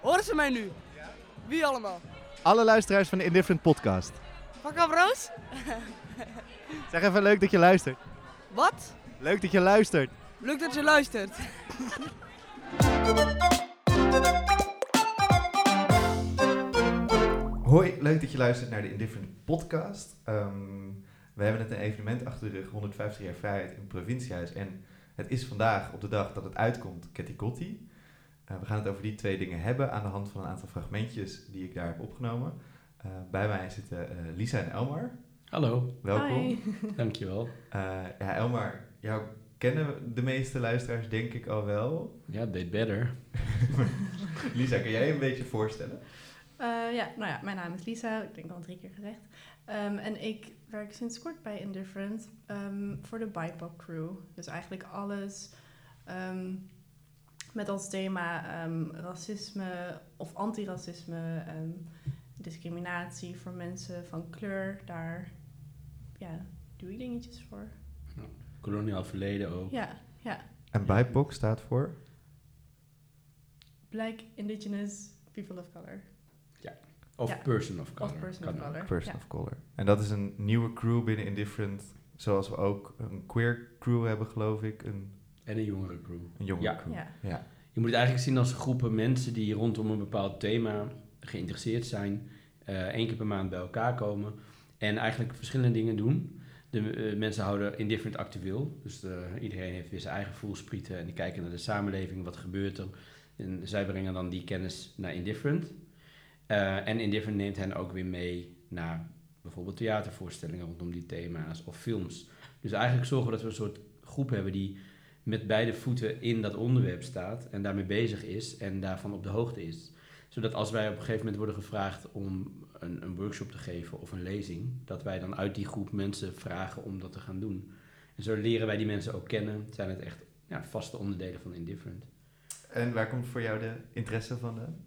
Horen ze mij nu? Wie allemaal? Alle luisteraars van de Indifferent podcast. Pak op Roos? Zeg even leuk dat je luistert. Wat? Leuk dat je luistert. Leuk dat je luistert. Hoi, leuk dat je luistert naar de Indifferent podcast. We hebben net een evenement achter de rug, 150 jaar vrijheid in het provinciehuis. En het is vandaag op de dag dat het uitkomt, Ketty Kotti. We gaan het over die twee dingen hebben aan de hand van een aantal fragmentjes die ik daar heb opgenomen. Bij mij zitten Lisa en Elmar. Hallo. Welkom. Hi. Dankjewel. Ja, Elmar, jou kennen de meeste luisteraars denk ik al wel. Ja, deed better. Lisa, kan jij je een beetje voorstellen? Mijn naam is Lisa, ik denk al 3 keer gezegd. En ik werk sinds kort bij Indifferent voor de BIPOC crew. Dus eigenlijk alles met als thema racisme of antiracisme, discriminatie voor mensen van kleur. Daar doe ik dingetjes voor. Koloniaal verleden ook. Ja. En BIPOC staat voor? Black, Indigenous, People of Color. Of Person of Color. Of Person Kan of ook. Color. Person of Color. En dat is een nieuwe crew binnen Indifferent. Zoals we ook een queer crew hebben, geloof ik. En een jongere crew. Een jongere Ja. crew. Ja. Je moet het eigenlijk zien als groepen mensen die rondom een bepaald thema geïnteresseerd zijn. 1 keer per maand bij elkaar komen. En eigenlijk verschillende dingen doen. De mensen houden Indifferent actueel. Dus iedereen heeft weer zijn eigen voelsprieten. En die kijken naar de samenleving, wat gebeurt er. En zij brengen dan die kennis naar Indifferent. En Indifferent neemt hen ook weer mee naar bijvoorbeeld theatervoorstellingen rondom die thema's of films. Dus eigenlijk zorgen we dat we een soort groep hebben die met beide voeten in dat onderwerp staat en daarmee bezig is en daarvan op de hoogte is. Zodat als wij op een gegeven moment worden gevraagd om een workshop te geven of een lezing, dat wij dan uit die groep mensen vragen om dat te gaan doen. En zo leren wij die mensen ook kennen, zijn het echt vaste onderdelen van Indifferent. En waar komt voor jou de interesse vandaan?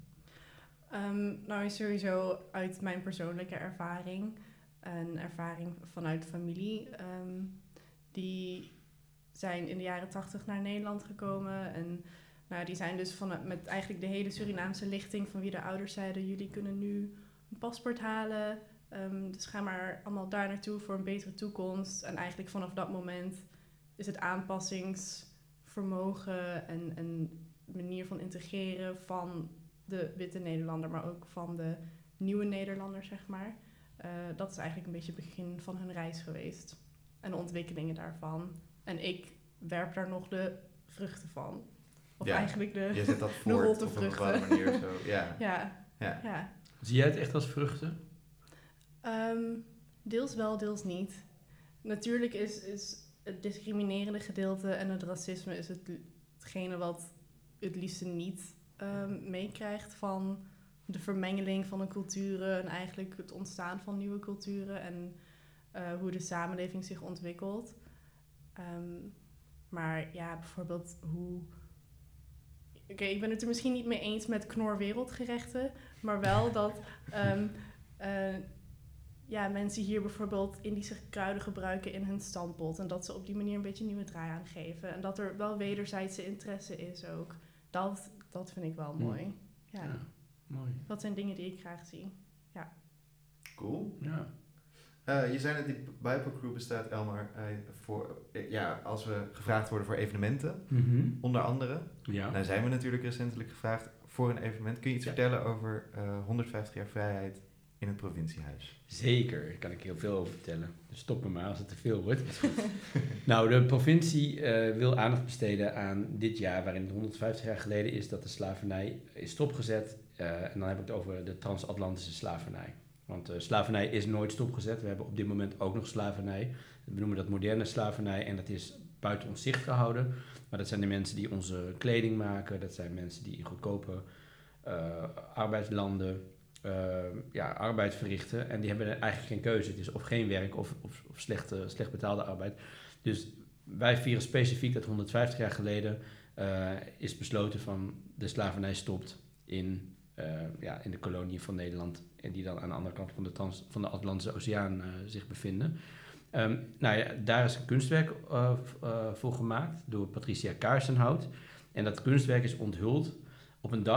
Sowieso uit mijn persoonlijke ervaring. Een ervaring vanuit familie. Die zijn in de jaren 80 naar Nederland gekomen. En die zijn dus met eigenlijk de hele Surinaamse lichting van wie de ouders zeiden, jullie kunnen nu een paspoort halen. Dus ga maar allemaal daar naartoe voor een betere toekomst. En eigenlijk vanaf dat moment is het aanpassingsvermogen en manier van integreren van de witte Nederlander, maar ook van de nieuwe Nederlander, zeg maar. Dat is eigenlijk een beetje het begin van hun reis geweest. En de ontwikkelingen daarvan. En ik werp daar nog de vruchten van. Of eigenlijk je zet dat voort rotte op een vruchten. bepaalde manier zo. Ja. Zie jij het echt als vruchten? Deels wel, deels niet. Natuurlijk is het discriminerende gedeelte en het racisme is hetgene wat het liefste niet meekrijgt van de vermengeling van de culturen en eigenlijk het ontstaan van nieuwe culturen en hoe de samenleving zich ontwikkelt. Maar ja, bijvoorbeeld hoe... Oké, ik ben het er misschien niet mee eens met knor wereldgerechten, maar wel dat mensen hier bijvoorbeeld Indische kruiden gebruiken in hun stampot en dat ze op die manier een beetje nieuwe draai aangeven en dat er wel wederzijdse interesse is ook. Dat vind ik wel mooi. Ja, mooi. Dat zijn dingen die ik graag zie. Ja. Cool. Ja. Je zei net, die BIPOC crew bestaat, Elmar, als we gevraagd worden voor evenementen, onder andere. Ja. Nou zijn we natuurlijk recentelijk gevraagd voor een evenement. Kun je iets vertellen over 150 jaar vrijheid in het provinciehuis? Zeker, daar kan ik heel veel over vertellen. Dus stop me maar als het te veel wordt. Nou, de provincie wil aandacht besteden aan dit jaar, waarin het 150 jaar geleden is dat de slavernij is stopgezet. En dan heb ik het over de transatlantische slavernij. Want slavernij is nooit stopgezet. We hebben op dit moment ook nog slavernij. We noemen dat moderne slavernij en dat is buiten ons zicht gehouden. Maar dat zijn de mensen die onze kleding maken. Dat zijn mensen die in goedkope arbeidslanden arbeid verrichten. En die hebben eigenlijk geen keuze. Het is of geen werk of slecht betaalde arbeid. Dus wij vieren specifiek dat 150 jaar geleden is besloten van de slavernij stopt in de koloniën van Nederland. En die dan aan de andere kant van de Atlantische Oceaan zich bevinden. Daar is een kunstwerk voor gemaakt door Patricia Kaarsenhout. En dat kunstwerk is onthuld op een dag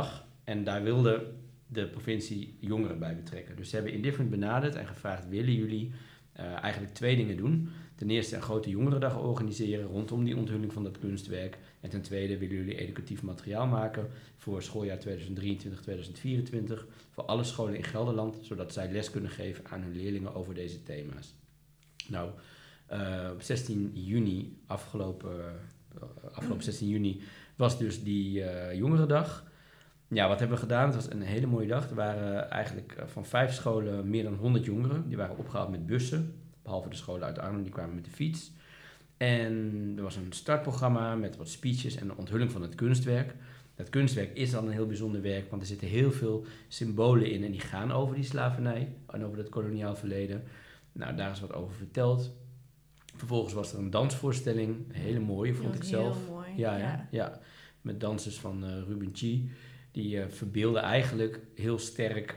En daar wilde de provincie jongeren bij betrekken. Dus ze hebben Indifferent benaderd en gevraagd, willen jullie eigenlijk 2 dingen doen? Ten eerste een grote jongerendag organiseren rondom die onthulling van dat kunstwerk. En ten tweede willen jullie educatief materiaal maken voor schooljaar 2023-2024 voor alle scholen in Gelderland, zodat zij les kunnen geven aan hun leerlingen over deze thema's. Nou, op 16 juni, afgelopen 16 juni, was dus die jongerendag. Ja, wat hebben we gedaan? Het was een hele mooie dag. Er waren eigenlijk van 5 scholen meer dan 100 jongeren. Die waren opgehaald met bussen. Behalve de scholen uit Arnhem, die kwamen met de fiets. En er was een startprogramma met wat speeches en de onthulling van het kunstwerk. Het kunstwerk is al een heel bijzonder werk, want er zitten heel veel symbolen in en die gaan over die slavernij en over het koloniaal verleden. Nou, daar is wat over verteld. Vervolgens was er een dansvoorstelling, een hele mooie vond ik zelf. Heel mooi. Ja. Met dansers van Ruben Chi. Die verbeelden eigenlijk heel sterk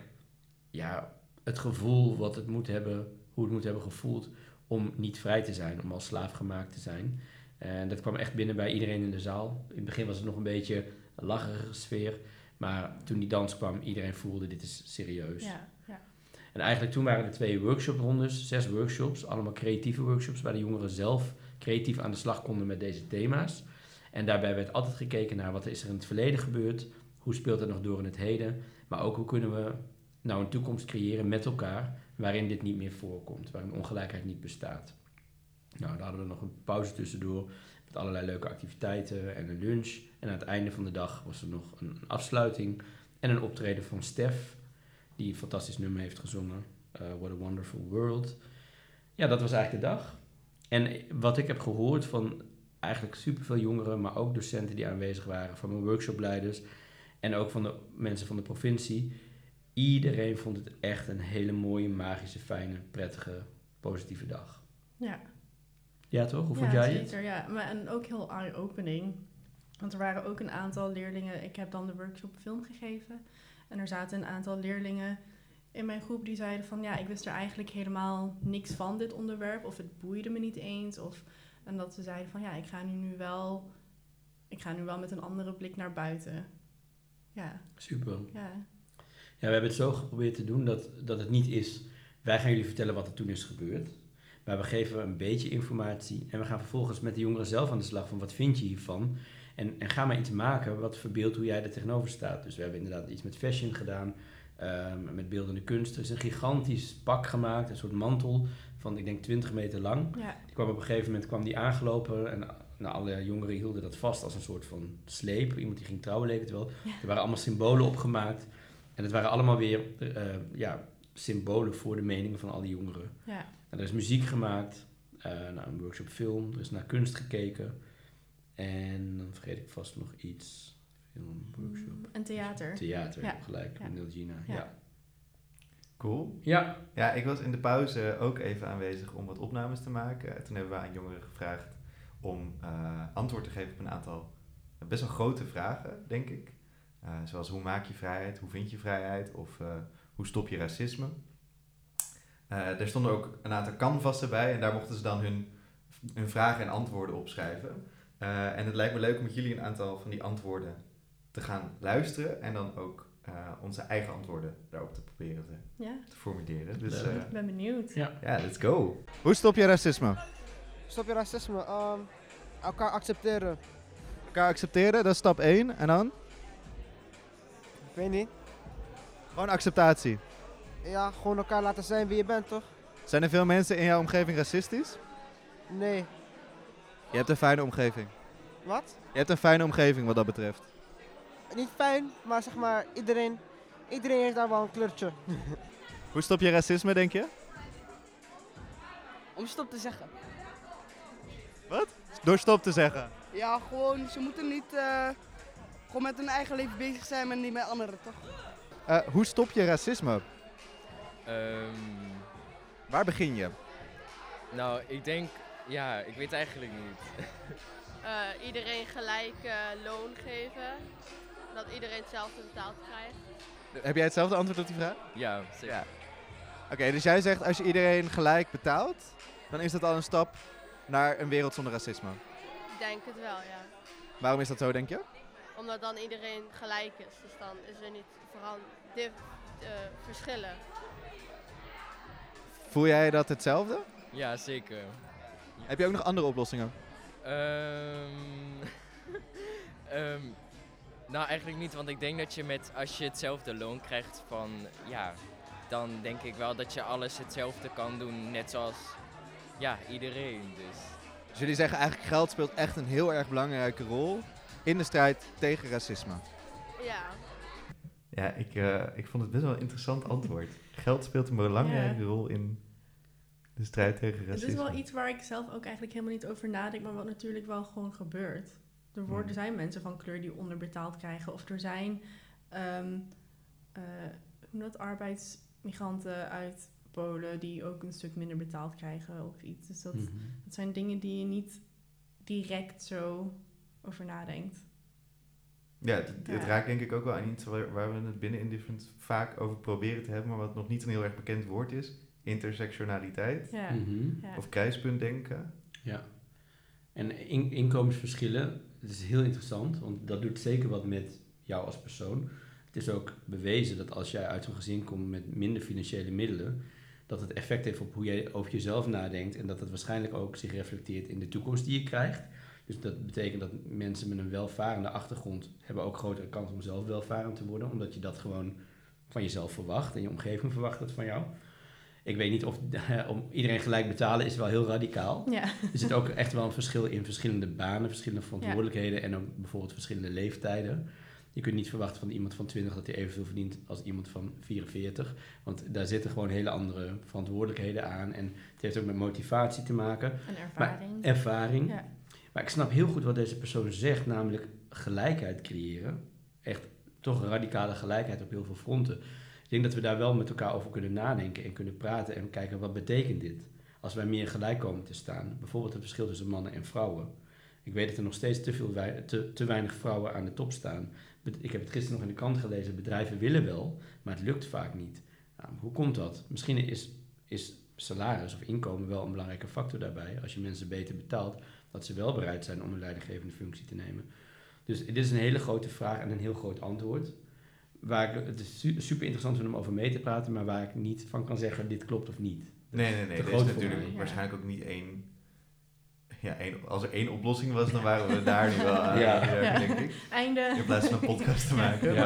het gevoel wat het moet hebben, hoe het moet hebben gevoeld om niet vrij te zijn, om als slaaf gemaakt te zijn. En dat kwam echt binnen bij iedereen in de zaal. In het begin was het nog een beetje een lacherige sfeer, maar toen die dans kwam, iedereen voelde dit is serieus. Ja. En eigenlijk toen waren er 2 workshoprondes, 6 workshops, allemaal creatieve workshops, waar de jongeren zelf creatief aan de slag konden met deze thema's. En daarbij werd altijd gekeken naar wat is er in het verleden gebeurd, hoe speelt het nog door in het heden, maar ook hoe kunnen we nou een toekomst creëren met elkaar waarin dit niet meer voorkomt, waarin ongelijkheid niet bestaat. Nou, daar hadden we nog een pauze tussendoor met allerlei leuke activiteiten en een lunch. En aan het einde van de dag was er nog een afsluiting en een optreden van Stef, die een fantastisch nummer heeft gezongen, What a Wonderful World. Ja, dat was eigenlijk de dag. En wat ik heb gehoord van eigenlijk superveel jongeren, maar ook docenten die aanwezig waren, van mijn workshopleiders en ook van de mensen van de provincie, iedereen vond het echt een hele mooie, magische, fijne, prettige, positieve dag. Ja. Ja, toch? Hoe vond jij zeker, het? Ja, maar en ook heel eye-opening. Want er waren ook een aantal leerlingen, ik heb dan de workshop film gegeven. En er zaten een aantal leerlingen in mijn groep die zeiden van ja, ik wist er eigenlijk helemaal niks van dit onderwerp. Of het boeide me niet eens. En dat ze zeiden van ja, ik ga nu wel met een andere blik naar buiten. Ja. Super. Ja. Ja, we hebben het zo geprobeerd te doen dat het niet is, wij gaan jullie vertellen wat er toen is gebeurd. Maar we geven een beetje informatie en we gaan vervolgens met de jongeren zelf aan de slag van wat vind je hiervan. En ga maar iets maken wat verbeeldt hoe jij er tegenover staat. Dus we hebben inderdaad iets met fashion gedaan, met beeldende kunst. Er is een gigantisch pak gemaakt, een soort mantel van ik denk 20 meter lang. Ja. Die kwam op een gegeven moment aangelopen en alle jongeren hielden dat vast als een soort van sleep. Iemand die ging trouwen leek het wel. Ja. Er waren allemaal symbolen opgemaakt. En het waren allemaal weer symbolen voor de meningen van al die jongeren. Ja. En er is muziek gemaakt, een workshop film, er is naar kunst gekeken. En dan vergeet ik vast nog iets. Film, workshop. Een theater. Theater, Ja. gelijk, Ja. met Nilgina. Ja. Ja. Cool. Ja. Ja, ik was in de pauze ook even aanwezig om wat opnames te maken. Toen hebben we aan jongeren gevraagd om antwoord te geven op een aantal best wel grote vragen, denk ik. Zoals hoe maak je vrijheid, hoe vind je vrijheid of hoe stop je racisme. Er stonden ook een aantal canvassen bij en daar mochten ze dan hun vragen en antwoorden opschrijven. En het lijkt me leuk om met jullie een aantal van die antwoorden te gaan luisteren en dan ook onze eigen antwoorden daarop te proberen te formuleren. Dus Ik ben benieuwd. Ja. let's go. Hoe stop je racisme? Stop je racisme? Elkaar accepteren. Elkaar accepteren, dat is stap 1. En dan? Ik weet niet. Gewoon acceptatie. Ja, gewoon elkaar laten zijn wie je bent, toch? Zijn er veel mensen in jouw omgeving racistisch? Nee. Je hebt een fijne omgeving. Wat? Je hebt een fijne omgeving wat dat betreft. Niet fijn, maar zeg maar, iedereen heeft daar wel een kleurtje. Hoe stop je racisme, denk je? Om stop te zeggen. Wat? Door stop te zeggen. Ja, gewoon, ze moeten niet gewoon met hun eigen leven bezig zijn en niet met anderen, toch? Hoe stop je racisme? Waar begin je? Nou, ik denk, ja, ik weet eigenlijk niet. Iedereen gelijk loon geven. Dat iedereen hetzelfde betaald krijgt. Heb jij hetzelfde antwoord op die vraag? Ja, zeker. Ja. Oké, dus jij zegt als je iedereen gelijk betaalt, dan is dat al een stap naar een wereld zonder racisme. Ik denk het wel, ja. Waarom is dat zo, denk je? Omdat dan iedereen gelijk is. Dus dan is er niet vooral verschillen. Voel jij dat hetzelfde? Ja, zeker. Heb je ook nog andere oplossingen? Nou, eigenlijk niet, want ik denk dat als je hetzelfde loon krijgt dan denk ik wel dat je alles hetzelfde kan doen, net zoals iedereen. Dus jullie zeggen eigenlijk geld speelt echt een heel erg belangrijke rol in de strijd tegen racisme. Ja. Ja, ik vond het best wel een interessant antwoord. Geld speelt een belangrijke rol in de strijd tegen racisme. Het is wel iets waar ik zelf ook eigenlijk helemaal niet over nadenk, maar wat natuurlijk wel gewoon gebeurt. Er zijn mensen van kleur die onderbetaald krijgen. Of er zijn arbeidsmigranten uit Polen die ook een stuk minder betaald krijgen of iets. Dus dat zijn dingen die je niet direct zo over nadenkt. Ja, het raakt denk ik ook wel aan iets waar we het binnen Indifferent vaak over proberen te hebben, maar wat nog niet een heel erg bekend woord is. Intersectionaliteit. Ja. Of kruispuntdenken. Ja. En inkomensverschillen, dat is heel interessant, want dat doet zeker wat met jou als persoon. Het is ook bewezen dat als jij uit een gezin komt met minder financiële middelen, dat het effect heeft op hoe jij over jezelf nadenkt en dat het waarschijnlijk ook zich reflecteert in de toekomst die je krijgt. Dus dat betekent dat mensen met een welvarende achtergrond hebben ook grotere kans om zelf welvarend te worden, omdat je dat gewoon van jezelf verwacht en je omgeving verwacht dat van jou. Ik weet niet of om iedereen gelijk betalen is wel heel radicaal. Ja. Er zit ook echt wel een verschil in verschillende banen, verschillende verantwoordelijkheden en ook bijvoorbeeld verschillende leeftijden. Je kunt niet verwachten van iemand van 20 dat hij evenveel verdient als iemand van 44. Want daar zitten gewoon hele andere verantwoordelijkheden aan. En het heeft ook met motivatie te maken. En ervaring. Ervaring. Ja. Maar ik snap heel goed wat deze persoon zegt, namelijk gelijkheid creëren. Echt toch radicale gelijkheid op heel veel fronten. Ik denk dat we daar wel met elkaar over kunnen nadenken en kunnen praten en kijken wat betekent dit. Als wij meer gelijk komen te staan. Bijvoorbeeld het verschil tussen mannen en vrouwen. Ik weet dat er nog steeds te weinig vrouwen aan de top staan. Ik heb het gisteren nog in de krant gelezen. Bedrijven willen wel, maar het lukt vaak niet. Nou, hoe komt dat? Misschien is salaris of inkomen wel een belangrijke factor daarbij. Als je mensen beter betaalt, dat ze wel bereid zijn om een leidinggevende functie te nemen. Dus dit is een hele grote vraag en een heel groot antwoord. Het is super interessant om over mee te praten, maar waar ik niet van kan zeggen dit klopt of niet. Nee. Er is natuurlijk waarschijnlijk ook niet één. Ja, als er één oplossing was, dan waren we daar nu wel aan, denk ik. Einde. In plaats van een podcast te maken.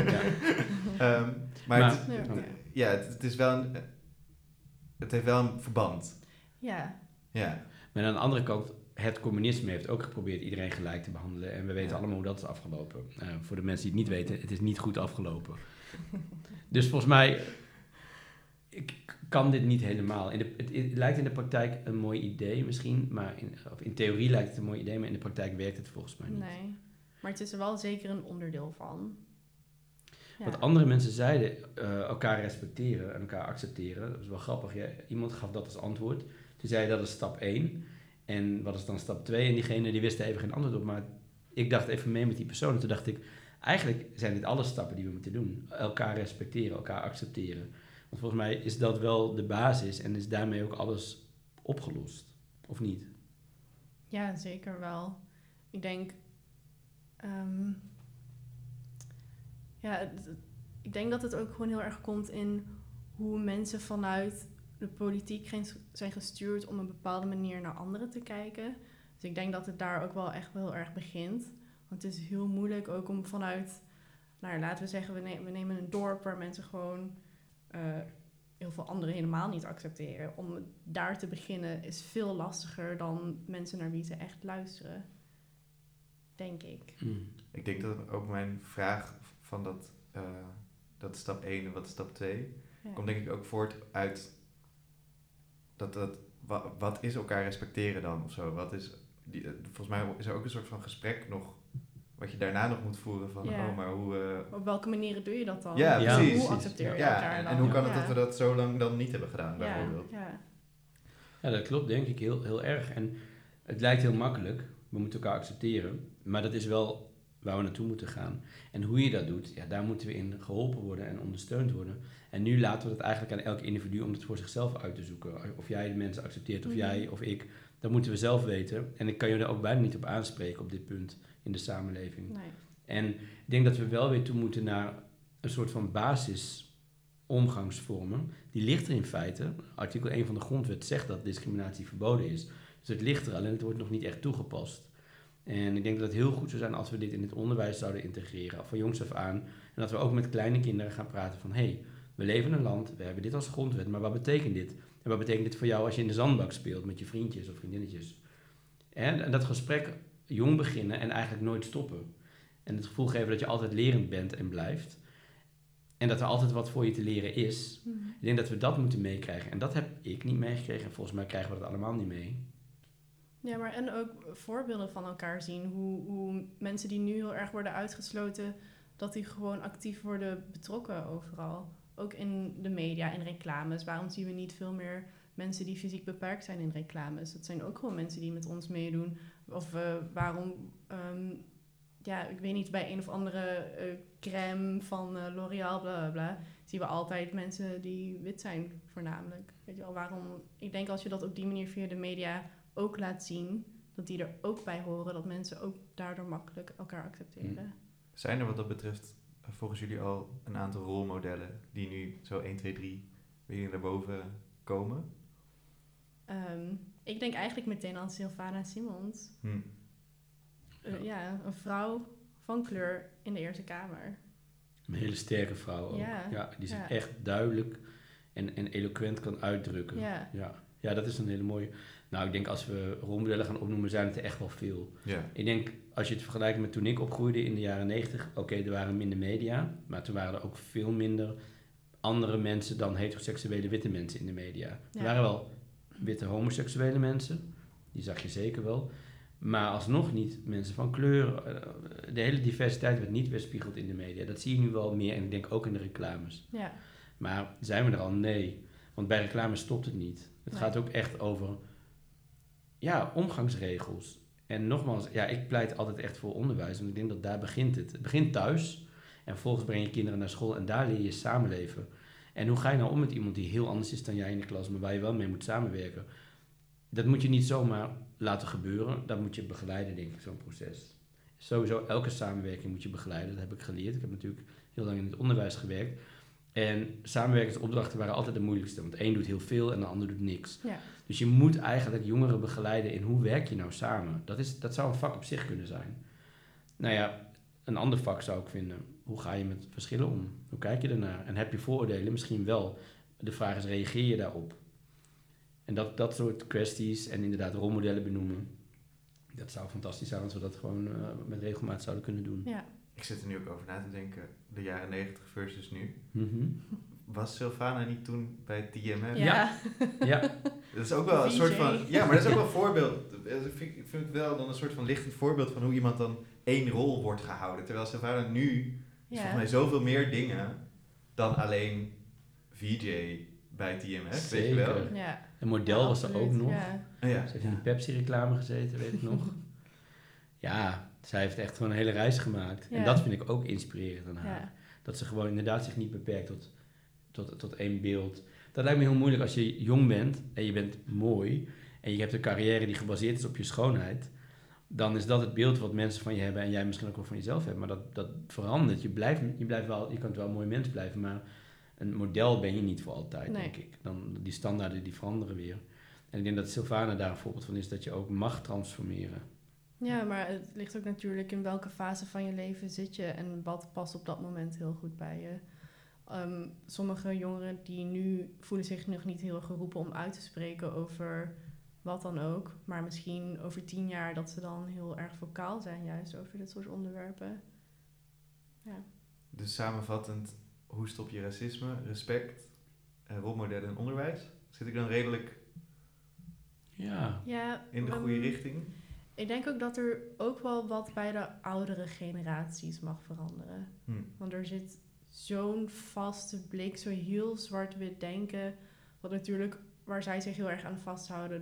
Het is wel het heeft wel een verband. Ja. Maar aan de andere kant, het communisme heeft ook geprobeerd iedereen gelijk te behandelen. En we weten allemaal hoe dat is afgelopen. Voor de mensen die het niet weten, het is niet goed afgelopen. Dus volgens mij kan dit niet helemaal. Het lijkt in de praktijk een mooi idee misschien, maar in theorie lijkt het een mooi idee, maar in de praktijk werkt het volgens mij niet. Nee, maar het is er wel zeker een onderdeel van. Ja. Wat andere mensen zeiden, elkaar respecteren en elkaar accepteren, dat is wel grappig. Iemand gaf dat als antwoord. Toen zei dat is stap 1. En wat is dan stap 2? En diegene die wist er even geen antwoord op, maar ik dacht even mee met die persoon. En toen dacht ik, eigenlijk zijn dit alle stappen die we moeten doen. Elkaar respecteren, elkaar accepteren. Want volgens mij is dat wel de basis en is daarmee ook alles opgelost. Of niet? Ja, zeker wel. Ik denk... ik denk dat het ook gewoon heel erg komt in hoe mensen vanuit de politiek zijn gestuurd om een bepaalde manier naar anderen te kijken. Dus ik denk dat het daar ook wel echt wel heel erg begint. Want het is heel moeilijk ook om vanuit... laten we zeggen, we nemen een dorp waar mensen gewoon... heel veel anderen helemaal niet accepteren. Om daar te beginnen is veel lastiger dan mensen naar wie ze echt luisteren. Denk ik. Ik denk dat ook mijn vraag van dat stap 1 en wat is stap 2... komt denk ik ook voort uit... Wat is elkaar respecteren dan of zo? Volgens mij is er ook een soort van gesprek nog... wat je daarna nog moet voeren van... maar hoe... Op welke manieren doe je dat dan? Ja, precies. Hoe accepteer je elkaar dan? En hoe kan het dat we dat zo lang dan niet hebben gedaan, bijvoorbeeld? Ja, dat klopt denk ik heel erg. En het lijkt heel makkelijk. We moeten elkaar accepteren. Maar dat is wel waar we naartoe moeten gaan. En hoe je dat doet, daar moeten we in geholpen worden en ondersteund worden. En nu laten we dat eigenlijk aan elk individu om het voor zichzelf uit te zoeken. Of jij de mensen accepteert, of jij of ik. Dat moeten we zelf weten. En ik kan je er ook bijna niet op aanspreken op dit punt in de samenleving. Nee. En ik denk dat we wel weer toe moeten naar een soort van basisomgangsvormen. Die ligt er in feite. Artikel 1 van de grondwet zegt dat discriminatie verboden is. Dus het ligt er, alleen het wordt nog niet echt toegepast. En ik denk dat het heel goed zou zijn als we dit in het onderwijs zouden integreren, van jongs af aan. En dat we ook met kleine kinderen gaan praten van, hey, we leven in een land, we hebben dit als grondwet, maar wat betekent dit? En wat betekent dit voor jou als je in de zandbak speelt met je vriendjes of vriendinnetjes? En dat gesprek jong beginnen en eigenlijk nooit stoppen. En het gevoel geven dat je altijd lerend bent en blijft. En dat er altijd wat voor je te leren is. Ik denk dat we dat moeten meekrijgen. En dat heb ik niet meegekregen. En volgens mij krijgen we dat allemaal niet mee. Ja, maar en ook voorbeelden van elkaar zien. Hoe mensen die nu heel erg worden uitgesloten, dat die gewoon actief worden betrokken overal. Ook in de media, in reclames. Waarom zien we niet veel meer mensen die fysiek beperkt zijn in reclames? Dat zijn ook gewoon mensen die met ons meedoen. Of waarom, ik weet niet, bij een of andere crème van L'Oréal, bla bla bla, zien we altijd mensen die wit zijn voornamelijk. Weet je wel, waarom? Ik denk als je dat op die manier via de media ook laat zien, dat die er ook bij horen, dat mensen ook daardoor makkelijk elkaar accepteren. Zijn er wat dat betreft volgens jullie al een aantal rolmodellen die nu zo 1, 2, 3 weer naar boven komen? Ik denk eigenlijk meteen aan Sylvana Simons. Een vrouw van kleur in de Eerste Kamer. Een hele sterke vrouw ook. Ja, die zich echt duidelijk en eloquent kan uitdrukken. Ja, dat is een hele mooie. Nou, ik denk als we rolmodellen gaan opnoemen, zijn het er echt wel veel. Ja. Ik denk, als je het vergelijkt met toen ik opgroeide in de jaren 90, oké, er waren minder media, maar toen waren er ook veel minder andere mensen dan heteroseksuele witte mensen in de media. Er waren wel witte homoseksuele mensen, die zag je zeker wel. Maar alsnog niet mensen van kleur. De hele diversiteit werd niet weerspiegeld in de media. Dat zie je nu wel meer en ik denk ook in de reclames. Ja. Maar zijn we er al? Nee. Want bij reclames stopt het niet. Het gaat ook echt over omgangsregels. En nogmaals, ik pleit altijd echt voor onderwijs. Want ik denk dat daar begint het. Het begint thuis. En vervolgens breng je kinderen naar school en daar leer je samenleven. En hoe ga je nou om met iemand die heel anders is dan jij in de klas, maar waar je wel mee moet samenwerken? Dat moet je niet zomaar laten gebeuren. Dat moet je begeleiden, denk ik, zo'n proces. Sowieso elke samenwerking moet je begeleiden. Dat heb ik geleerd. Ik heb natuurlijk heel lang in het onderwijs gewerkt. En samenwerkingsopdrachten waren altijd de moeilijkste. Want één doet heel veel en de ander doet niks. Ja. Dus je moet eigenlijk jongeren begeleiden in hoe werk je nou samen. Dat zou een vak op zich kunnen zijn. Nou ja, een ander vak zou ik vinden. Hoe ga je met verschillen om? Hoe kijk je ernaar? En heb je vooroordelen? Misschien wel. De vraag is, reageer je daarop? En dat soort kwesties en inderdaad rolmodellen benoemen. Dat zou fantastisch zijn als we dat gewoon met regelmaat zouden kunnen doen. Ja. Ik zit er nu ook over na te denken, de jaren 90 versus nu. Mm-hmm. Was Sylvana niet toen bij TMF? Ja. Dat is ook wel een soort van... Ja, maar dat is ook wel een voorbeeld. Ik vind het wel dan een soort van lichtend voorbeeld van hoe iemand dan één rol wordt gehouden. Terwijl Sylvana nu is volgens mij zoveel meer dingen dan alleen VJ bij TMF. Weet je wel? Ja. Een model was er ook nog. Ja. Ze heeft in de Pepsi-reclame gezeten, weet ik nog. Ja, zij heeft echt gewoon een hele reis gemaakt. Ja. En dat vind ik ook inspirerend aan haar. Ja. Dat ze gewoon inderdaad zich niet beperkt tot één beeld. Dat lijkt me heel moeilijk als je jong bent en je bent mooi en je hebt een carrière die gebaseerd is op je schoonheid. Dan is dat het beeld wat mensen van je hebben en jij misschien ook wel van jezelf hebt. Maar dat verandert. Je kan wel een mooi mens blijven, maar een model ben je niet voor altijd, denk ik. Dan, die standaarden die veranderen weer. En ik denk dat Sylvana daar een voorbeeld van is, dat je ook mag transformeren. Ja, maar het ligt ook natuurlijk in welke fase van je leven zit je en wat past op dat moment heel goed bij je. Sommige jongeren die nu voelen zich nog niet heel geroepen om uit te spreken over wat dan ook. Maar misschien over 10 jaar dat ze dan heel erg vocaal zijn juist over dit soort onderwerpen. Ja. Dus samenvattend, hoe stop je racisme, respect, rolmodellen en onderwijs? Zit ik dan redelijk in de goede richting? Ik denk ook dat er ook wel wat bij de oudere generaties mag veranderen. Want er zit zo'n vaste blik, zo heel zwart-wit denken, wat natuurlijk, waar zij zich heel erg aan vasthouden,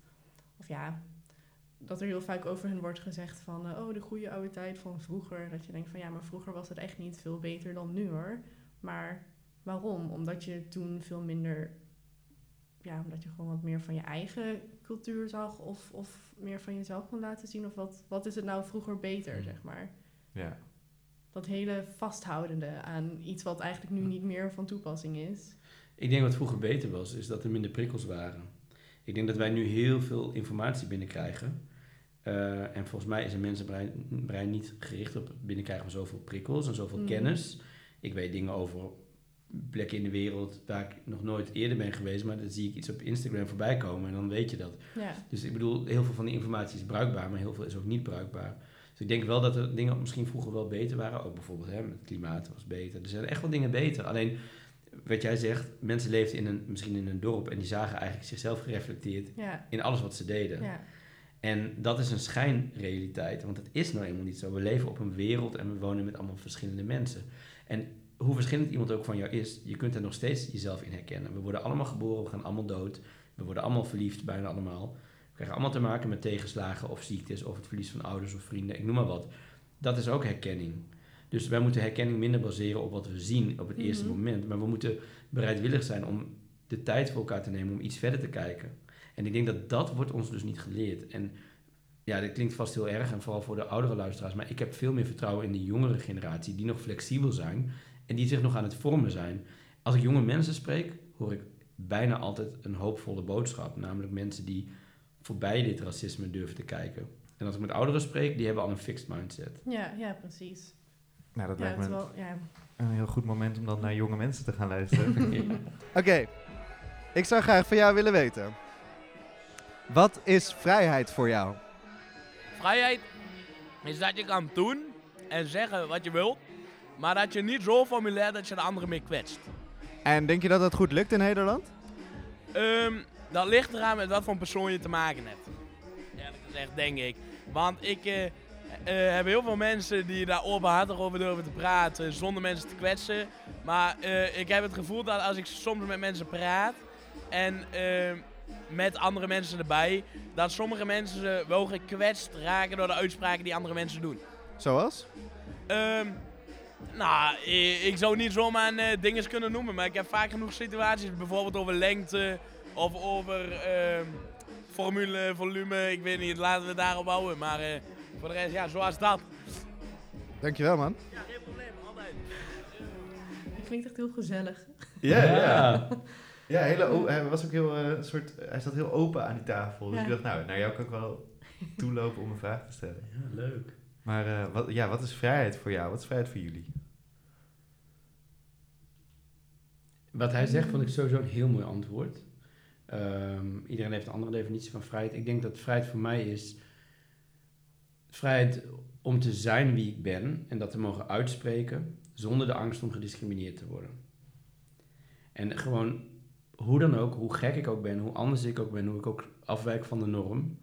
dat er heel vaak over hun wordt gezegd van, de goede oude tijd van vroeger. Dat je denkt van, ja, maar vroeger was het echt niet veel beter dan nu, hoor. Maar waarom? Omdat je toen veel minder, omdat je gewoon wat meer van je eigen cultuur zag of meer van jezelf kon laten zien. Of wat is het nou vroeger beter, zeg maar. Ja. dat hele vasthoudende aan iets wat eigenlijk nu niet meer van toepassing is. Ik denk wat vroeger beter was, is dat er minder prikkels waren. Ik denk dat wij nu heel veel informatie binnenkrijgen. En volgens mij is een mensenbrein niet gericht op het binnenkrijgen van zoveel prikkels en zoveel kennis. Ik weet dingen over plekken in de wereld waar ik nog nooit eerder ben geweest, maar dan zie ik iets op Instagram voorbij komen en dan weet je dat. Ja. Dus ik bedoel, heel veel van die informatie is bruikbaar, maar heel veel is ook niet bruikbaar. Dus ik denk wel dat er dingen misschien vroeger wel beter waren. Ook bijvoorbeeld met het klimaat was beter. Er zijn echt wel dingen beter. Alleen, wat jij zegt, mensen leefden misschien in een dorp en die zagen eigenlijk zichzelf gereflecteerd in alles wat ze deden. Ja. En dat is een schijnrealiteit, want het is nou eenmaal niet zo. We leven op een wereld en we wonen met allemaal verschillende mensen. En hoe verschillend iemand ook van jou is, je kunt er nog steeds jezelf in herkennen. We worden allemaal geboren, we gaan allemaal dood. We worden allemaal verliefd, bijna allemaal. We krijgen allemaal te maken met tegenslagen of ziektes of het verlies van ouders of vrienden, ik noem maar wat. Dat is ook herkenning. Dus wij moeten herkenning minder baseren op wat we zien op het eerste moment. Maar we moeten bereidwillig zijn om de tijd voor elkaar te nemen om iets verder te kijken. En ik denk dat wordt ons dus niet geleerd. En ja, dat klinkt vast heel erg en vooral voor de oudere luisteraars. Maar ik heb veel meer vertrouwen in de jongere generatie die nog flexibel zijn en die zich nog aan het vormen zijn. Als ik jonge mensen spreek, hoor ik bijna altijd een hoopvolle boodschap. Namelijk mensen die voorbij dit racisme durven te kijken. En als ik met ouderen spreek, die hebben al een fixed mindset. Ja, precies. Nou, dat lijkt me een heel goed moment om dan naar jonge mensen te gaan luisteren. Oké, ik zou graag van jou willen weten. Wat is vrijheid voor jou? Vrijheid is dat je kan doen en zeggen wat je wilt, maar dat je niet zo formuleert dat je de anderen mee kwetst. En denk je dat dat goed lukt in Nederland? Dat ligt eraan met wat voor persoon je te maken hebt. Eerlijk gezegd, denk ik. Want ik heb heel veel mensen die daar openhartig over durven te praten zonder mensen te kwetsen. Maar ik heb het gevoel dat als ik soms met mensen praat en met andere mensen erbij, dat sommige mensen wel gekwetst raken door de uitspraken die andere mensen doen. Zoals? Nou, ik zou niet zomaar dingen kunnen noemen, maar ik heb vaak genoeg situaties, bijvoorbeeld over lengte of over formule, volume, ik weet niet, laten we het daarop houden. Maar voor de rest, ja, zoals dat. Dankjewel, man. Ja, geen probleem, altijd. Het klinkt echt heel gezellig. Ja. Ja, hij was ook heel hij zat heel open aan die tafel. Dus ik dacht, nou, naar jou kan ik wel toelopen om een vraag te stellen. Ja, leuk. Maar wat is vrijheid voor jou? Wat is vrijheid voor jullie? Wat hij zegt vond ik sowieso een heel mooi antwoord. Iedereen heeft een andere definitie van vrijheid. Ik denk dat vrijheid voor mij is vrijheid om te zijn wie ik ben en dat te mogen uitspreken zonder de angst om gediscrimineerd te worden. En gewoon, hoe dan ook, hoe gek ik ook ben, hoe anders ik ook ben, hoe ik ook afwijk van de norm,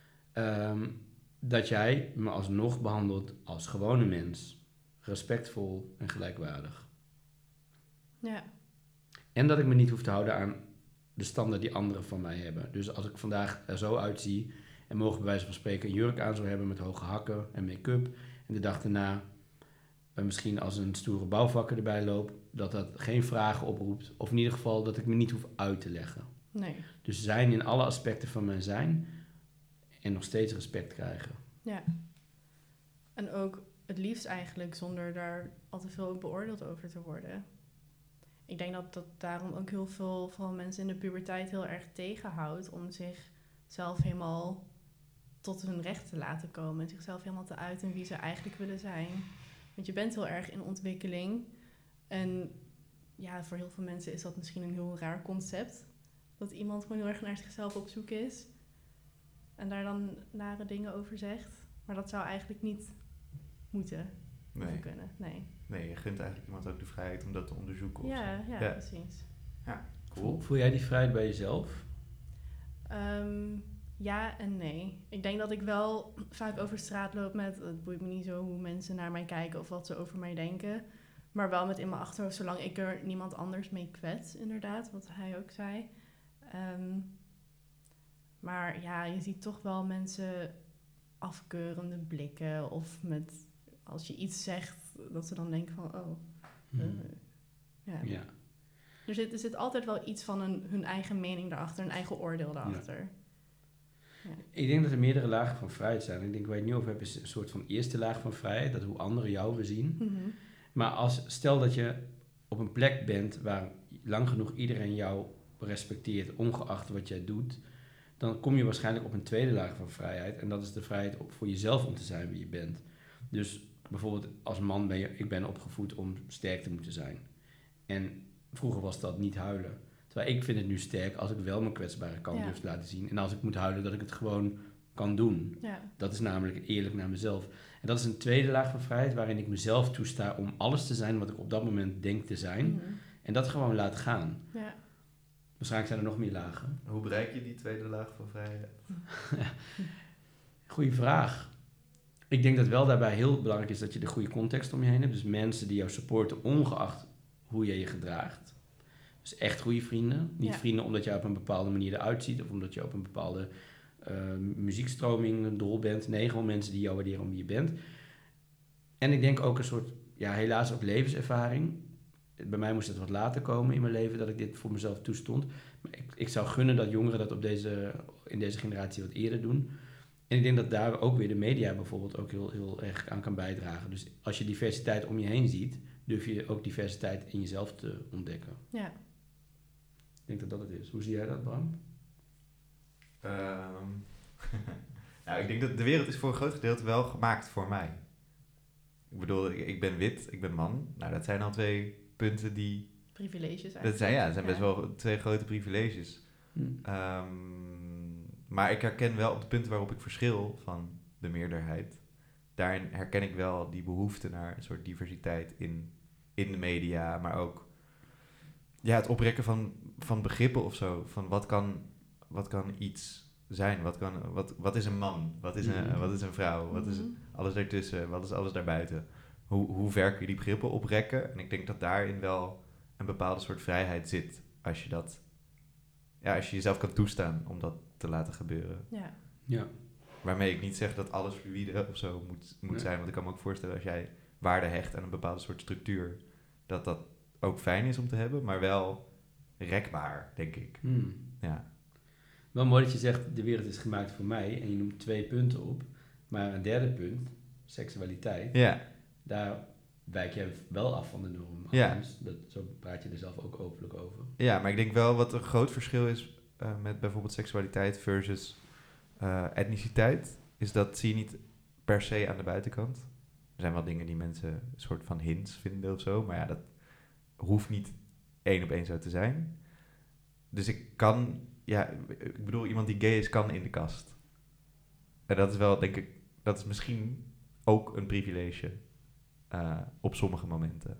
dat jij me alsnog behandelt als gewone mens, respectvol en gelijkwaardig. Ja. En dat ik me niet hoef te houden aan de standaard die anderen van mij hebben. Dus als ik vandaag er zo uitzie en mogen bij wijze van spreken een jurk aan zou hebben met hoge hakken en make-up en de dag daarna misschien als een stoere bouwvakker erbij loop, dat geen vragen oproept. Of in ieder geval dat ik me niet hoef uit te leggen. Nee. Dus zijn in alle aspecten van mijn zijn en nog steeds respect krijgen. Ja. En ook het liefst eigenlijk zonder daar al te veel beoordeeld over te worden. Ik denk dat daarom ook heel veel van mensen in de puberteit heel erg tegenhoudt om zichzelf helemaal tot hun recht te laten komen. En zichzelf helemaal te uiten wie ze eigenlijk willen zijn. Want je bent heel erg in ontwikkeling. En ja, voor heel veel mensen is dat misschien een heel raar concept. Dat iemand gewoon heel erg naar zichzelf op zoek is. En daar dan nare dingen over zegt. Maar dat zou eigenlijk niet moeten of kunnen. Nee, je gunt eigenlijk iemand ook de vrijheid om dat te onderzoeken. Ja, precies. Ja, cool. Voel jij die vrijheid bij jezelf? Ja en nee. Ik denk dat ik wel vaak over straat loop met, het boeit me niet zo hoe mensen naar mij kijken of wat ze over mij denken. Maar wel met in mijn achterhoofd, zolang ik er niemand anders mee kwets, inderdaad, wat hij ook zei. Maar ja, je ziet toch wel mensen afkeurende blikken of met, als je iets zegt, dat ze dan denken van, ja. Er zit altijd wel iets van hun eigen mening daarachter, een eigen oordeel daarachter. Ja. Ja. Ik denk dat er meerdere lagen van vrijheid zijn. Ik denk waar je het nu over hebt is een soort van eerste laag van vrijheid. Dat hoe anderen jou weer zien. Mhm. Maar stel dat je op een plek bent waar lang genoeg iedereen jou respecteert, ongeacht wat jij doet, dan kom je waarschijnlijk op een tweede laag van vrijheid. En dat is de vrijheid voor jezelf om te zijn wie je bent. Dus bijvoorbeeld als man ik ben opgevoed om sterk te moeten zijn. En vroeger was dat niet huilen. Terwijl ik vind het nu sterk als ik wel mijn kwetsbare kant durf te laten zien. En als ik moet huilen, dat ik het gewoon kan doen. Ja. Dat is namelijk eerlijk naar mezelf. En dat is een tweede laag van vrijheid waarin ik mezelf toesta om alles te zijn wat ik op dat moment denk te zijn. Mhm. En dat gewoon laat gaan. Ja. Waarschijnlijk zijn er nog meer lagen. Hoe bereik je die tweede laag van vrijheid? Goeie vraag. Ik denk dat wel daarbij heel belangrijk is dat je de goede context om je heen hebt. Dus mensen die jou supporten ongeacht hoe je je gedraagt. Dus echt goede vrienden. Niet vrienden omdat je op een bepaalde manier eruit ziet of omdat je op een bepaalde muziekstroming dol bent. Nee, gewoon mensen die jou waarderen om wie je bent. En ik denk ook een soort, helaas ook levenservaring. Bij mij moest het wat later komen in mijn leven dat ik dit voor mezelf toestond. Maar ik zou gunnen dat jongeren dat in deze generatie wat eerder doen. En ik denk dat daar ook weer de media bijvoorbeeld ook heel, heel erg aan kan bijdragen. Dus als je diversiteit om je heen ziet, durf je ook diversiteit in jezelf te ontdekken. Ja. Ik denk dat dat het is. Hoe zie jij dat, Bram? Nou, ik denk dat de wereld is voor een groot gedeelte wel gemaakt voor mij. Ik bedoel, ik ben wit, ik ben man. Nou, dat zijn al 2 punten die... Privileges eigenlijk. Dat zijn best wel 2 grote privileges. Maar ik herken wel op de punten waarop ik verschil van de meerderheid. Daarin herken ik wel die behoefte naar een soort diversiteit in de media, maar ook het oprekken van begrippen of zo. Van wat kan iets zijn? Wat is een man? Wat is een vrouw? Wat is alles daartussen? Wat is alles daarbuiten? Hoe ver kun je die begrippen oprekken? En ik denk dat daarin wel een bepaalde soort vrijheid zit. Als je als je jezelf kan toestaan om dat te laten gebeuren. Ja. Waarmee ik niet zeg dat alles fluïde of zo moet zijn. Want ik kan me ook voorstellen als jij waarde hecht aan een bepaalde soort structuur, dat ook fijn is om te hebben, maar wel rekbaar, denk ik. Ja. Wel mooi dat je zegt, de wereld is gemaakt voor mij. En je noemt 2 punten op. Maar een derde punt, seksualiteit. Ja. Daar wijk je wel af van de norm. Ja. Zo praat je er zelf ook openlijk over. Ja, maar ik denk wel wat een groot verschil is met bijvoorbeeld seksualiteit versus etniciteit, is dat zie je niet per se aan de buitenkant. Er zijn wel dingen die mensen een soort van hints vinden of zo, maar dat hoeft niet 1 op 1 zo te zijn. Dus ik bedoel, iemand die gay is, kan in de kast. En dat is wel, denk ik, dat is misschien ook een privilege op sommige momenten.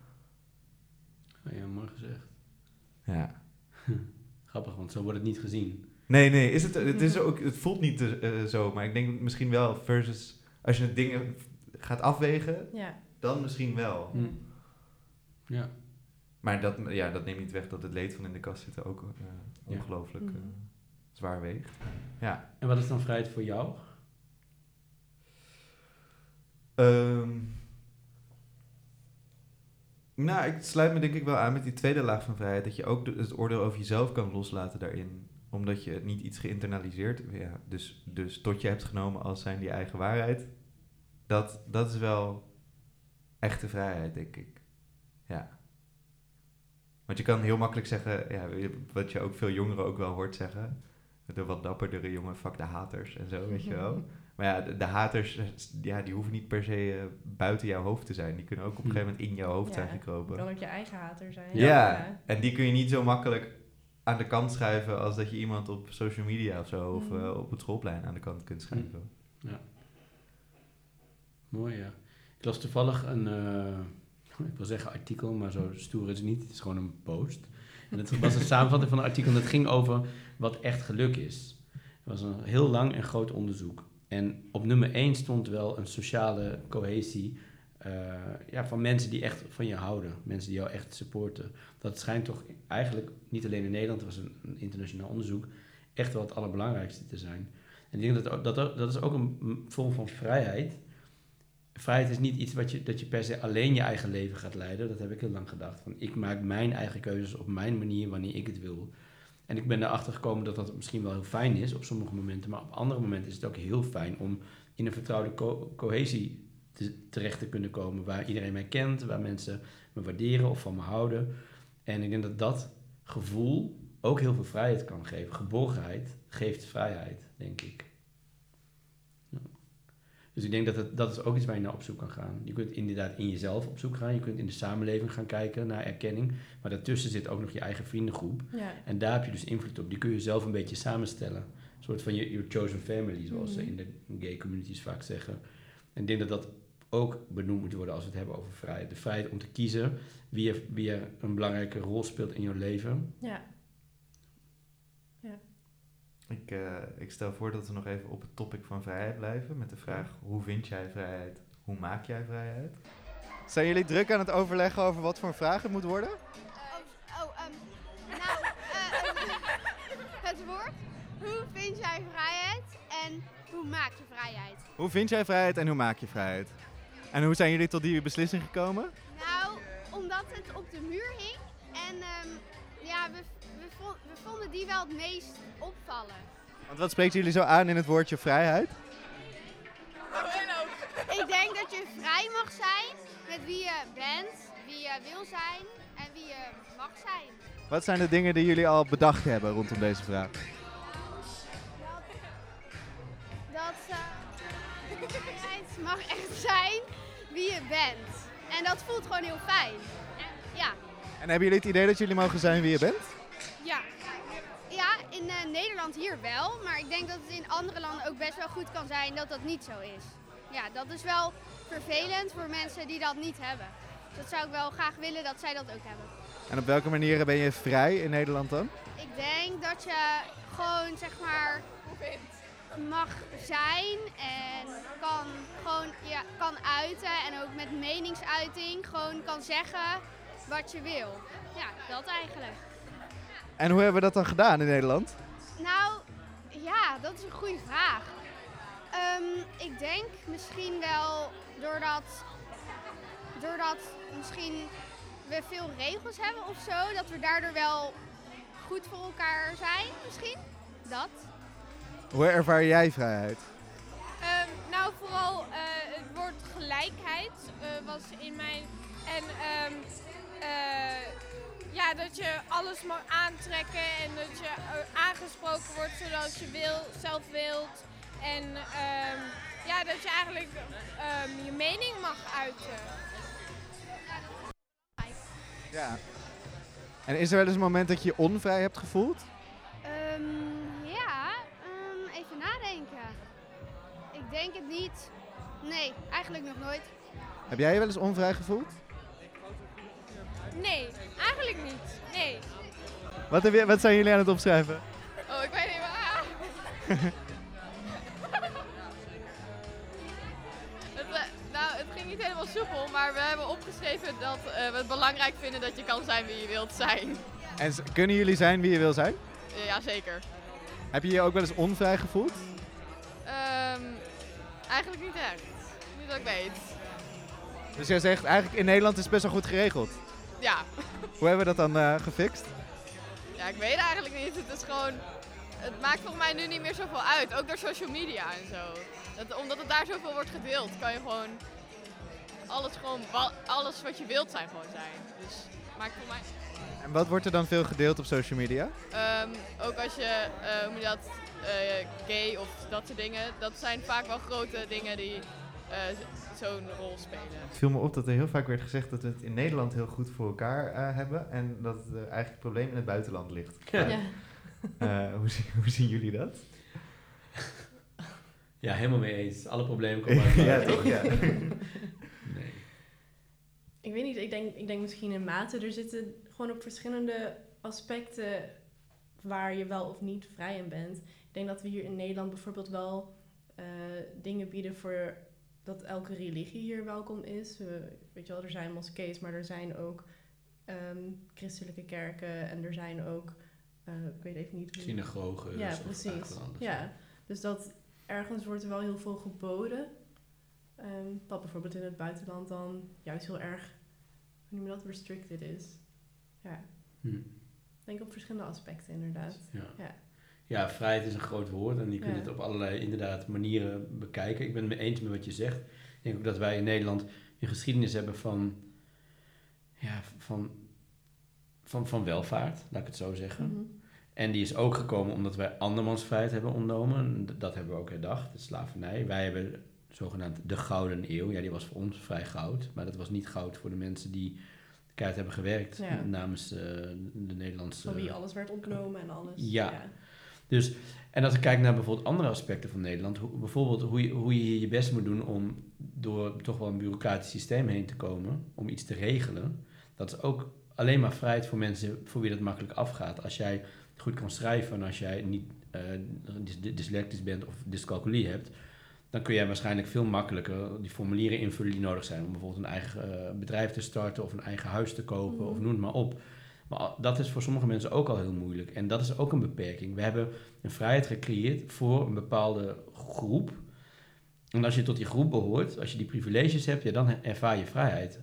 Ja, mooi gezegd. Ja. Grappig, want zo wordt het niet gezien. Nee, het voelt niet zo, maar ik denk misschien wel versus als je dingen gaat afwegen, dan misschien wel. Ja. Maar dat neemt niet weg dat het leed van in de kast zitten ook ongelooflijk zwaar weegt. Ja. En wat is dan vrijheid voor jou? Nou, ik sluit me denk ik wel aan met die tweede laag van vrijheid. Dat je ook het oordeel over jezelf kan loslaten daarin. Omdat je niet iets geïnternaliseerd, dus tot je hebt genomen als zijn die eigen waarheid. Dat is wel echte vrijheid, denk ik. Ja. Want je kan heel makkelijk zeggen, wat je ook veel jongeren ook wel hoort zeggen. De wat dapperdere jongen, fuck de haters en zo, weet je wel. Maar de haters, die hoeven niet per se buiten jouw hoofd te zijn. Die kunnen ook op een gegeven moment in jouw hoofd zijn gekropen. Het kan ook je eigen hater zijn. Ja, en die kun je niet zo makkelijk aan de kant schuiven als dat je iemand op social media of zo, of op het schoolplein aan de kant kunt schuiven. Ja. Mooi, ja. Ik las toevallig een, ik wil zeggen artikel, maar zo stoer is het niet. Het is gewoon een post. En het was een samenvatting van een artikel en dat ging over wat echt geluk is. Het was een heel lang en groot onderzoek. En op nummer 1 stond wel een sociale cohesie van mensen die echt van je houden. Mensen die jou echt supporten. Dat schijnt toch eigenlijk, niet alleen in Nederland, het was een internationaal onderzoek, echt wel het allerbelangrijkste te zijn. En ik denk dat is ook een vorm van vrijheid. Vrijheid is niet iets dat je per se alleen je eigen leven gaat leiden. Dat heb ik heel lang gedacht. Van, ik maak mijn eigen keuzes op mijn manier wanneer ik het wil. En ik ben erachter gekomen dat dat misschien wel heel fijn is op sommige momenten. Maar op andere momenten is het ook heel fijn om in een vertrouwde cohesie terecht te kunnen komen. Waar iedereen mij kent, waar mensen me waarderen of van me houden. En ik denk dat dat gevoel ook heel veel vrijheid kan geven. Geborgenheid geeft vrijheid, denk ik. Ja. Dus ik denk dat is ook iets waar je naar op zoek kan gaan. Je kunt inderdaad in jezelf op zoek gaan. Je kunt in de samenleving gaan kijken naar erkenning. Maar daartussen zit ook nog je eigen vriendengroep. Ja. En daar heb je dus invloed op. Die kun je zelf een beetje samenstellen. Een soort van your chosen family, zoals ze in de gay communities vaak zeggen. En ik denk dat dat ook benoemd moet worden als we het hebben over vrijheid. De vrijheid om te kiezen wie er een belangrijke rol speelt in jouw leven. Ja. Ik stel voor dat we nog even op het topic van vrijheid blijven. Met de vraag, hoe vind jij vrijheid? Hoe maak jij vrijheid? Zijn jullie druk aan het overleggen over wat voor een vraag het moet worden? Het woord, hoe vind jij vrijheid en hoe maak je vrijheid? Hoe vind jij vrijheid en hoe maak je vrijheid? En hoe zijn jullie tot die beslissing gekomen? Nou, omdat het op de muur hing en we vonden die wel het meest opvallen. Want wat spreekt jullie zo aan in het woordje vrijheid? Ik denk dat je vrij mag zijn met wie je bent, wie je wil zijn en wie je mag zijn. Wat zijn de dingen die jullie al bedacht hebben rondom deze vraag? Vrijheid mag echt zijn wie je bent. En dat voelt gewoon heel fijn. Ja. En hebben jullie het idee dat jullie mogen zijn wie je bent? Ja. Ja, in Nederland hier wel. Maar ik denk dat het in andere landen ook best wel goed kan zijn dat dat niet zo is. Ja, dat is wel vervelend voor mensen die dat niet hebben. Dus dat zou ik wel graag willen dat zij dat ook hebben. En op welke manieren ben je vrij in Nederland dan? Ik denk dat je gewoon, zeg maar, mag zijn en kan uiten. En ook met meningsuiting gewoon kan zeggen wat je wil. Ja, dat eigenlijk. En hoe hebben we dat dan gedaan in Nederland? Nou, ja, dat is een goede vraag. Ik denk misschien wel doordat misschien we veel regels hebben of zo, dat we daardoor wel goed voor elkaar zijn, misschien. Dat. Hoe ervaar jij vrijheid? Nou, vooral het woord gelijkheid was in mijn... En ja, dat je alles mag aantrekken en dat je aangesproken wordt zoals je zelf wilt. En ja, dat je eigenlijk je mening mag uiten. Ja. En is er wel eens een moment dat je je onvrij hebt gevoeld? Even nadenken. Ik denk het niet. Nee, eigenlijk nog nooit. Heb jij je wel eens onvrij gevoeld? Nee, eigenlijk niet. Nee. Wat zijn jullie aan het opschrijven? Oh, ik weet niet waar. Het ging niet helemaal soepel, maar we hebben opgeschreven dat we het belangrijk vinden dat je kan zijn wie je wilt zijn. En kunnen jullie zijn wie je wil zijn? Ja, zeker. Heb je je ook wel eens onvrij gevoeld? Eigenlijk niet echt. Niet dat ik weet. Dus jij zegt eigenlijk in Nederland is het best wel goed geregeld. Ja. Hoe hebben we dat dan gefixt? Ja, ik weet eigenlijk niet. Het is gewoon... Het maakt volgens mij nu niet meer zoveel uit. Ook door social media en zo. Omdat het daar zoveel wordt gedeeld, kan je gewoon... Alles wat je wilt zijn gewoon zijn. Dus maakt voor mij... En wat wordt er dan veel gedeeld op social media? Ook als je, gay of dat soort dingen. Dat zijn vaak wel grote dingen die zo'n rol spelen. Het viel me op dat er heel vaak werd gezegd dat we het in Nederland heel goed voor elkaar hebben. En dat het eigenlijk het probleem in het buitenland ligt. Ja. Hoe zien jullie dat? Ja, helemaal mee eens. Alle problemen komen uit. Ja, toch? Ja. Nee. Ik weet niet, ik denk misschien in mate. Er zitten gewoon op verschillende aspecten waar je wel of niet vrij in bent. Ik denk dat we hier in Nederland bijvoorbeeld wel dingen bieden voor dat elke religie hier welkom is. Weet je wel, er zijn moskees, maar er zijn ook christelijke kerken en er zijn ook, ik weet even niet hoe... Synagogen. Ja, precies. Ja, dus dat ergens wordt er wel heel veel geboden. Wat bijvoorbeeld in het buitenland dan juist heel erg, hoe noem je dat, restricted is. Ja. denk op verschillende aspecten inderdaad. Ja, vrijheid is een groot woord en je kunt het op allerlei inderdaad manieren bekijken. Ik ben het eens met wat je zegt. Ik denk ook dat wij in Nederland een geschiedenis hebben van welvaart, laat ik het zo zeggen. Mm-hmm. En die is ook gekomen omdat wij andermans vrijheid hebben ontnomen. Dat hebben we ook herdacht, de slavernij. Wij hebben zogenaamd de Gouden Eeuw. Ja, die was voor ons vrij goud. Maar dat was niet goud voor de mensen die keihard hebben gewerkt namens de Nederlandse... Van wie alles werd ontnomen en alles. Ja. Dus, en als ik kijk naar bijvoorbeeld andere aspecten van Nederland, bijvoorbeeld hoe je hier je best moet doen om door toch wel een bureaucratisch systeem heen te komen, om iets te regelen, dat is ook alleen maar vrijheid voor mensen voor wie dat makkelijk afgaat. Als jij goed kan schrijven en als jij niet dyslectisch bent of dyscalculie hebt, dan kun jij waarschijnlijk veel makkelijker die formulieren invullen die nodig zijn om bijvoorbeeld een eigen bedrijf te starten of een eigen huis te kopen of noem het maar op. Maar dat is voor sommige mensen ook al heel moeilijk. En dat is ook een beperking. We hebben een vrijheid gecreëerd voor een bepaalde groep. En als je tot die groep behoort, als je die privileges hebt, dan ervaar je vrijheid.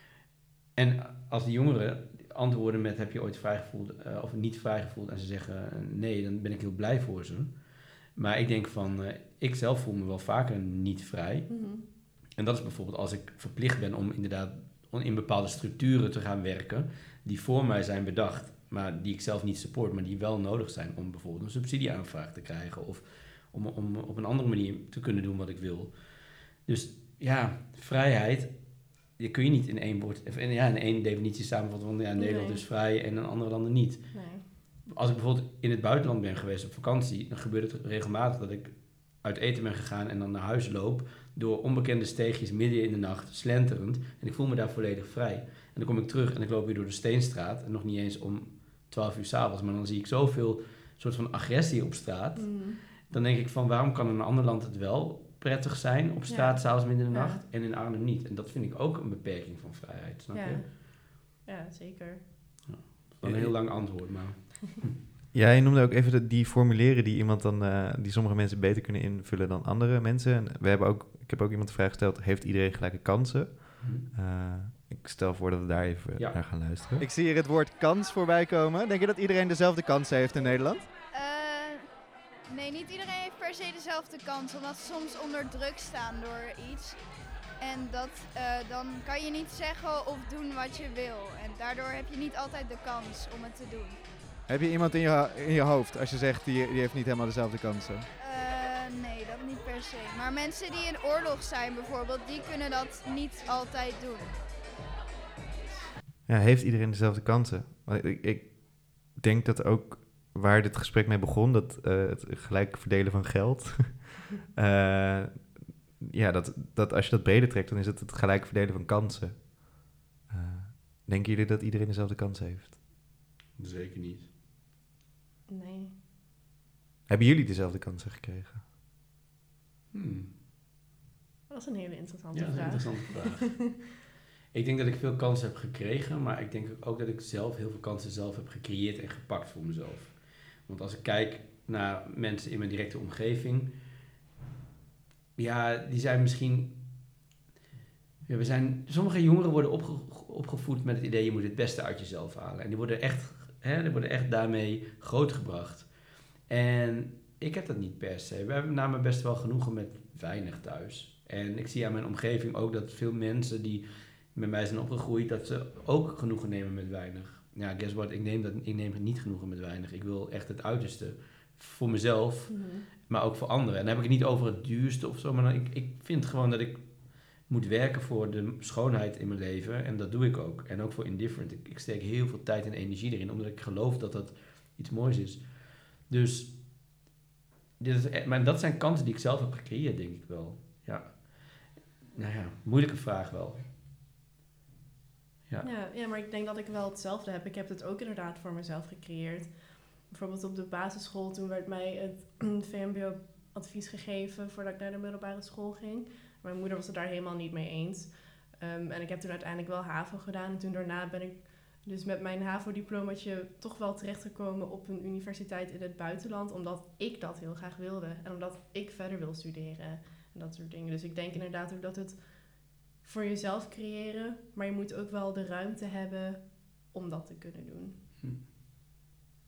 En als die jongeren antwoorden met heb je ooit vrij gevoeld of niet vrij gevoeld en ze zeggen nee, dan ben ik heel blij voor ze. Maar ik denk ik zelf voel me wel vaker niet vrij. Mm-hmm. En dat is bijvoorbeeld als ik verplicht ben om inderdaad in bepaalde structuren te gaan werken die voor mij zijn bedacht, maar die ik zelf niet support, maar die wel nodig zijn om bijvoorbeeld een subsidieaanvraag te krijgen of om op een andere manier te kunnen doen wat ik wil. Dus ja, vrijheid, die kun je niet in één woord, in één definitie samenvatten van Nederland is vrij en in andere landen niet. Nee. Als ik bijvoorbeeld in het buitenland ben geweest op vakantie, dan gebeurt het regelmatig dat ik uit eten ben gegaan en dan naar huis loop door onbekende steegjes midden in de nacht, slenterend. En ik voel me daar volledig vrij. En dan kom ik terug en ik loop weer door de Steenstraat. En nog niet eens om 12 uur 's avonds. Maar dan zie ik zoveel soort van agressie op straat. Mm. Dan denk ik van waarom kan in een ander land het wel prettig zijn op straat, 's avonds midden in de nacht. En in Arnhem niet. En dat vind ik ook een beperking van vrijheid. Snap je? Ja, zeker. Ja. Een heel lang antwoord, maar... Ja, je noemde ook even die formulieren die iemand dan, die sommige mensen beter kunnen invullen dan andere mensen. En ik heb ook iemand de vraag gesteld, heeft iedereen gelijke kansen? Ik stel voor dat we daar even naar gaan luisteren. Ik zie hier het woord kans voorbij komen. Denk je dat iedereen dezelfde kansen heeft in Nederland? Nee, niet iedereen heeft per se dezelfde kans, omdat ze soms onder druk staan door iets. En dan kan je niet zeggen of doen wat je wil. En daardoor heb je niet altijd de kans om het te doen. Heb je iemand in je hoofd als je zegt die heeft niet helemaal dezelfde kansen? Nee, dat niet per se. Maar mensen die in oorlog zijn bijvoorbeeld, die kunnen dat niet altijd doen. Ja, heeft iedereen dezelfde kansen? Ik denk dat ook waar dit gesprek mee begon, dat het gelijk verdelen van geld. Dat als je dat breder trekt, dan is het gelijk verdelen van kansen. Denken jullie dat iedereen dezelfde kansen heeft? Zeker niet. Nee. Hebben jullie dezelfde kansen gekregen? Dat is een hele interessante vraag. Ja, dat is een interessante vraag. Ik denk dat ik veel kansen heb gekregen, maar ik denk ook dat ik zelf heel veel kansen zelf heb gecreëerd en gepakt voor mezelf. Want als ik kijk naar mensen in mijn directe omgeving, ja, die zijn misschien... Ja, sommige jongeren worden opgevoed met het idee, je moet het beste uit jezelf halen. En die worden echt daarmee grootgebracht. En ik heb dat niet per se. We hebben namelijk best wel genoegen met weinig thuis. En ik zie aan mijn omgeving ook dat veel mensen die met mij zijn opgegroeid, dat ze ook genoegen nemen met weinig. Ja, guess what? Ik neem niet genoegen met weinig. Ik wil echt het uiterste voor mezelf, maar ook voor anderen. En dan heb ik het niet over het duurste of zo, maar ik vind gewoon dat ik moet werken voor de schoonheid in mijn leven. En dat doe ik ook. En ook voor indifferent. Ik steek heel veel tijd en energie erin, omdat ik geloof dat dat iets moois is. Dus, maar dat zijn kansen die ik zelf heb gecreëerd, denk ik wel. Ja. Nou ja, moeilijke vraag wel. Ja, maar ik denk dat ik wel hetzelfde heb. Ik heb het ook inderdaad voor mezelf gecreëerd. Bijvoorbeeld op de basisschool, toen werd mij het VMBO-advies gegeven voordat ik naar de middelbare school ging. Mijn moeder was het daar helemaal niet mee eens. En ik heb toen uiteindelijk wel HAVO gedaan. En toen daarna ben ik dus met mijn HAVO-diplomaatje toch wel terechtgekomen op een universiteit in het buitenland. Omdat ik dat heel graag wilde. En omdat ik verder wil studeren. En dat soort dingen. Dus ik denk inderdaad ook dat het voor jezelf creëren. Maar je moet ook wel de ruimte hebben om dat te kunnen doen.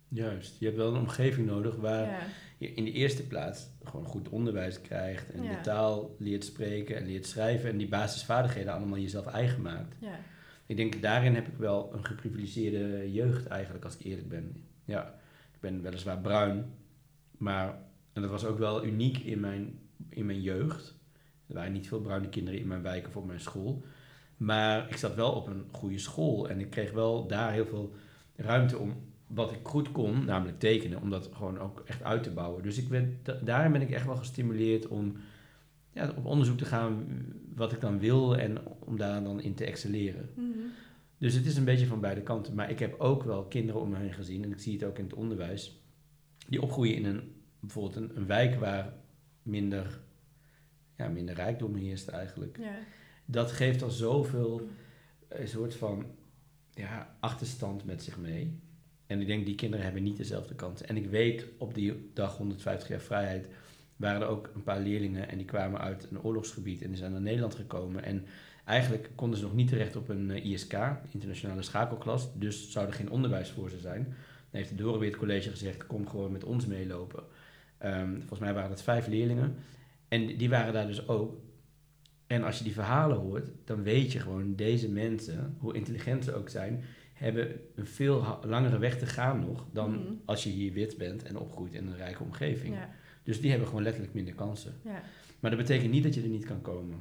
Juist. Je hebt wel een omgeving nodig waar je in de eerste plaats gewoon goed onderwijs krijgt en de taal leert spreken en leert schrijven en die basisvaardigheden allemaal jezelf eigen maakt. Ja. Ik denk, daarin heb ik wel een geprivilegeerde jeugd eigenlijk, als ik eerlijk ben. Ja, ik ben weliswaar bruin, maar, en dat was ook wel uniek in mijn jeugd. Er waren niet veel bruine kinderen in mijn wijk of op mijn school. Maar ik zat wel op een goede school en ik kreeg wel daar heel veel ruimte om wat ik goed kon, namelijk tekenen, om dat gewoon ook echt uit te bouwen. Dus daarin ben ik echt wel gestimuleerd om op onderzoek te gaan wat ik dan wil en om daar dan in te excelleren. Mm-hmm. Dus het is een beetje van beide kanten. Maar ik heb ook wel kinderen om me heen gezien, en ik zie het ook in het onderwijs, die opgroeien in bijvoorbeeld een wijk waar minder rijkdom heerst eigenlijk. Ja. Dat geeft al zoveel een soort van achterstand met zich mee. En ik denk, die kinderen hebben niet dezelfde kansen. En ik weet, op die dag 150 jaar vrijheid waren er ook een paar leerlingen en die kwamen uit een oorlogsgebied en die zijn naar Nederland gekomen. En eigenlijk konden ze nog niet terecht op een ISK, internationale schakelklas, dus zou er geen onderwijs voor ze zijn. Dan heeft het Dorenweert College gezegd, kom gewoon met ons meelopen. Volgens mij waren het 5 leerlingen en die waren daar dus ook. En als je die verhalen hoort, dan weet je gewoon, deze mensen, hoe intelligent ze ook zijn, hebben een veel langere weg te gaan nog dan als je hier wit bent en opgroeit in een rijke omgeving. Ja. Dus die hebben gewoon letterlijk minder kansen. Ja. Maar dat betekent niet dat je er niet kan komen.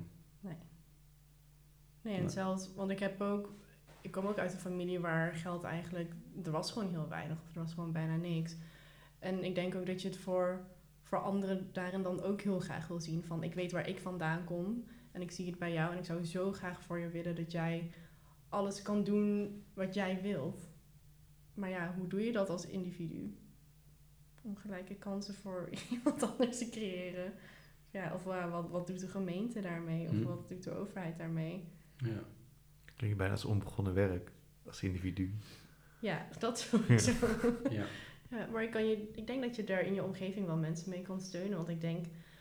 Nee, en zelfs, want ik kom ook uit een familie waar geld eigenlijk, er was gewoon heel weinig, of er was gewoon bijna niks. En ik denk ook dat je het voor anderen daarin dan ook heel graag wil zien. Van, ik weet waar ik vandaan kom en ik zie het bij jou en ik zou zo graag voor je willen dat jij alles kan doen wat jij wilt. Maar ja, hoe doe je dat als individu? Ongelijke kansen voor iemand anders te creëren. Ja, of wat doet de gemeente daarmee? Of wat doet de overheid daarmee? Ja. Klinkt bijna als onbegonnen werk, als individu. Ja, dat sowieso. Ja. Ja, maar ik denk dat je daar in je omgeving wel mensen mee kan steunen. Want ik denk,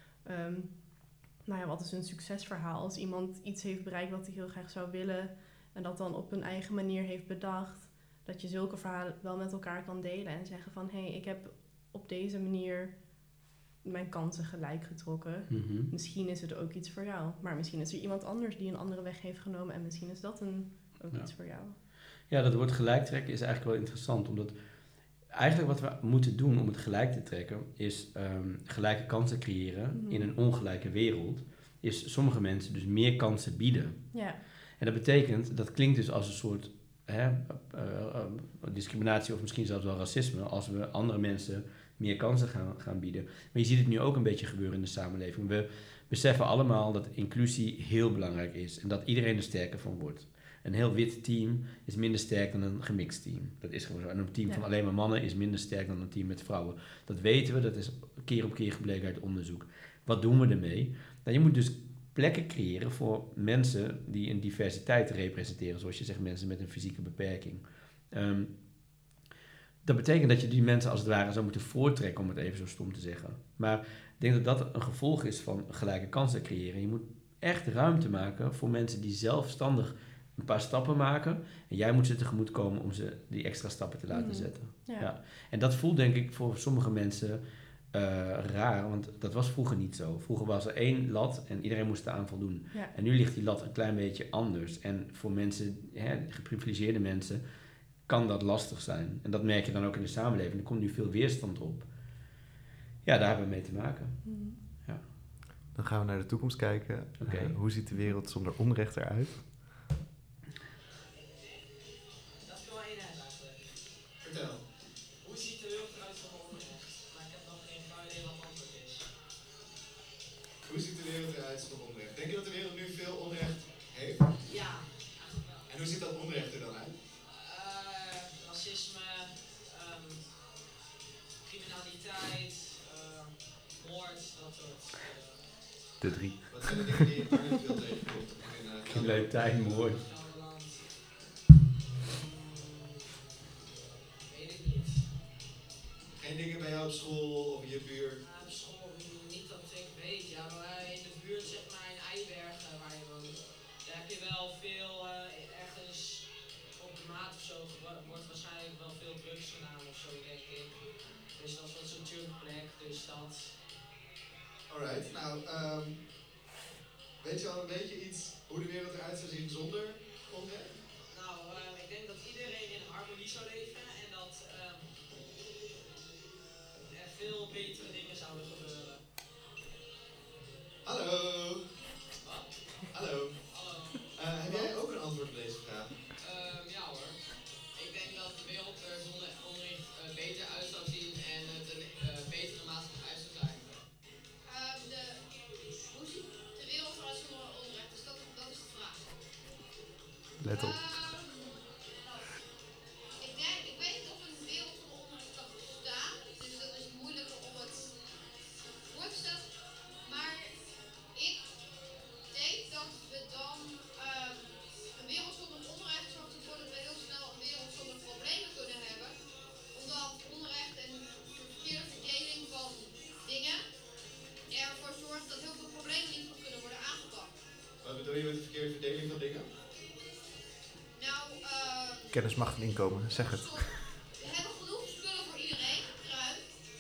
wat is een succesverhaal? Als iemand iets heeft bereikt wat hij heel graag zou willen en dat dan op een eigen manier heeft bedacht, dat je zulke verhalen wel met elkaar kan delen en zeggen van, hé, ik heb op deze manier mijn kansen gelijk getrokken. Mm-hmm. Misschien is het ook iets voor jou. Maar misschien is er iemand anders die een andere weg heeft genomen en misschien is dat ook iets voor jou. Ja, dat woord gelijk trekken is eigenlijk wel interessant, omdat eigenlijk wat we moeten doen om het gelijk te trekken is gelijke kansen creëren in een ongelijke wereld. Is sommige mensen dus meer kansen bieden. Ja. En dat betekent, dat klinkt dus als een soort discriminatie of misschien zelfs wel racisme, als we andere mensen meer kansen gaan bieden. Maar je ziet het nu ook een beetje gebeuren in de samenleving. We beseffen allemaal dat inclusie heel belangrijk is en dat iedereen er sterker van wordt. Een heel wit team is minder sterk dan een gemixt team. Dat is gewoon zo. En een team van alleen maar mannen is minder sterk dan een team met vrouwen. Dat weten we, dat is keer op keer gebleken uit onderzoek. Wat doen we ermee? Nou, je moet dus plekken creëren voor mensen die een diversiteit representeren. Zoals je zegt, mensen met een fysieke beperking. Dat betekent dat je die mensen als het ware zou moeten voortrekken, om het even zo stom te zeggen. Maar ik denk dat dat een gevolg is van gelijke kansen creëren. Je moet echt ruimte maken voor mensen die zelfstandig een paar stappen maken. En jij moet ze tegemoetkomen om ze die extra stappen te laten zetten. Ja. Ja. En dat voelt denk ik voor sommige mensen raar, want dat was vroeger niet zo. Vroeger was er 1 lat en iedereen moest eraan voldoen. Ja. En nu ligt die lat een klein beetje anders. En voor mensen, geprivilegeerde mensen, kan dat lastig zijn. En dat merk je dan ook in de samenleving. Er komt nu veel weerstand op. Ja, daar hebben we mee te maken. Ja. Dan gaan we naar de toekomst kijken. Okay. Hoe ziet de wereld zonder onrecht eruit? Dat is wel één eigenlijk. Vertel. Hoe ziet de wereld eruit zonder onrecht? Maar ik heb nog geen idee wat het antwoord is. Hoe ziet de wereld eruit zonder onrecht? Denk je dat de wereld nu veel onrecht heeft? Ja, eigenlijk wel. En hoe ziet dat onrecht er dan uit? Racisme, criminaliteit, moord, dat soort. De 3. Wat zijn de dingen die je daar veel tegenkomt? Criminaliteit, moord. Weet ik niet. Geen dingen bij jou op school of in je buurt? Op school niet dat ik weet. Ja, maar in de buurt, zeg maar in Eibergen waar je woont, daar heb je wel veel ergens op de maat of zo wordt waarschijnlijk wel veel drugs gedaan of zo, denk ik. gehad. Alright, nou, weet je al een beetje iets hoe de wereld eruit zou zien zonder onrecht? Nou, ik denk dat iedereen in harmonie zou leven en dat er veel betere dingen zouden gebeuren. Hallo. Wat? Hallo. Hallo. Heb jij ook een antwoord op deze vraag? Ja hoor. Ik denk dat de wereld er zonder onrecht beter uit zou zien en het een betere maatschappij zou zijn. Hoe ziet de wereld eruit zonder onrecht? Dus dat is de vraag. Let op. Ik weet niet of een wereld zonder onrecht kan bestaan. Dus dat is moeilijker om het voor te stellen. Maar ik denk dat we dan een wereld zonder onrecht zorgt ervoor dat we heel snel een wereld zonder problemen kunnen hebben. Omdat onrecht en verkeerde verdeling van dingen ervoor zorgt dat heel veel problemen niet goed kunnen worden aangepakt. Wat bedoel je met de verkeerde verdeling van dingen? Nou, Kennis mag een inkomen, zeg het. we hebben genoeg spullen voor iedereen, ruim.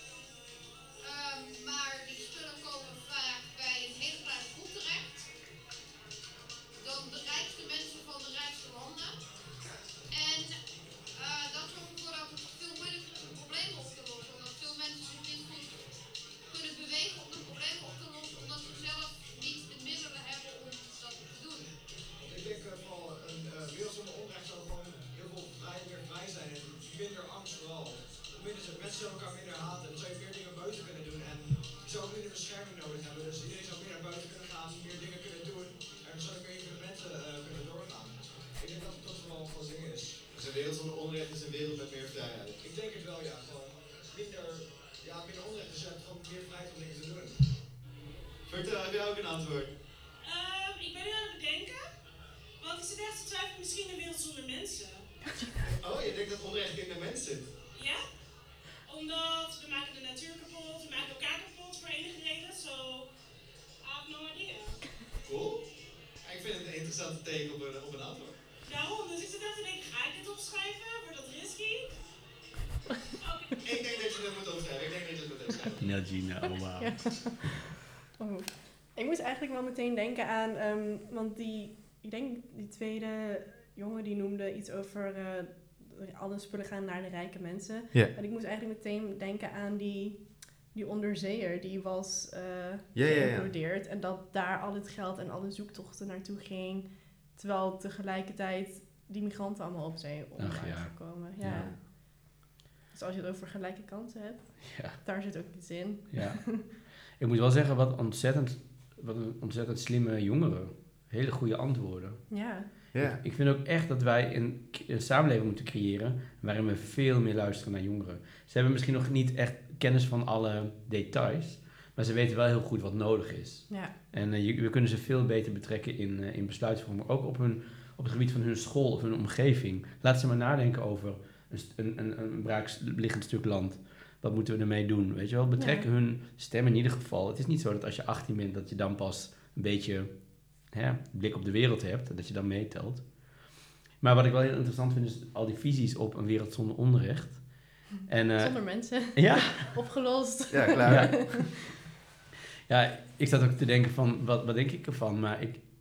Maar die spullen komen vaak bij een hele kleine groep terecht. Dan de rijkste mensen van de rijkste landen. En dat zorgt ervoor dat het veel moeilijker is om problemen op te lossen. Omdat veel mensen zich niet goed kunnen bewegen om de problemen op te lossen. Omdat ze zelf niet de middelen hebben om dat te doen. Ik denk vooral een wereld zonder onrecht zou gewoon heel veel meer vrij zijn en minder angst vooral. Mensen zouden elkaar minder haten, dan zou je meer dingen buiten kunnen doen en je zou ook minder bescherming nodig hebben. Dus iedereen zou meer naar buiten kunnen gaan, meer dingen kunnen doen en dan zouden meer evenementen kunnen doorgaan. Ik denk dat het toch vooral van zingen is. Dus een wereld zonder onrecht is een wereld met meer vrijheid? Ik denk het wel, ja. Gewoon minder onrecht, dus je hebt gewoon meer vrijheid om dingen te doen. Vertel, heb jij ook een antwoord? Ik ben nu aan het bedenken, want ik zit echt te twijfelen misschien een wereld zonder mensen. Oh, je denkt dat onrecht in de mens zit? Ja? Omdat we maken de natuur kapot, we maken elkaar kapot voor enige reden, so I have no idea. Cool. Ik vind het een interessante take op een antwoord. Daarom, dus ik zit echt te denken, ga ik dit opschrijven? Wordt dat risky? Ik denk dat je dat moet opschrijven. Gina, oh wow. Ja. Oh. Ik moest eigenlijk wel meteen denken aan, want ik denk die tweede jongen die noemde iets over alle spullen gaan naar de rijke mensen. Yeah. En ik moest eigenlijk meteen denken aan die onderzeeër die was geïmplodeerd. En dat daar al het geld en alle zoektochten naartoe ging. Terwijl tegelijkertijd die migranten allemaal op zee om waren gekomen. Ja. Dus als je het over gelijke kansen hebt, daar zit ook iets in. Ja. Ik moet wel zeggen, wat een ontzettend slimme jongeren. Hele goede antwoorden. Ja. Yeah. Ik vind ook echt dat wij een samenleving moeten creëren waarin we veel meer luisteren naar jongeren. Ze hebben misschien nog niet echt kennis van alle details, maar ze weten wel heel goed wat nodig is. Ja. En we kunnen ze veel beter betrekken in besluitvorming, ook op het gebied van hun school of hun omgeving. Laat ze maar nadenken over een braakliggend stuk land. Wat moeten we ermee doen? Weet je wel? Betrek hun stem in ieder geval. Het is niet zo dat als je 18 bent, dat je dan pas een beetje blik op de wereld hebt, dat je dan meetelt. Maar wat ik wel heel interessant vind, is al die visies op een wereld zonder onrecht. En, zonder mensen. Ja. Opgelost. Ja, klaar. Ja, ik zat ook te denken van, wat denk ik ervan? Maar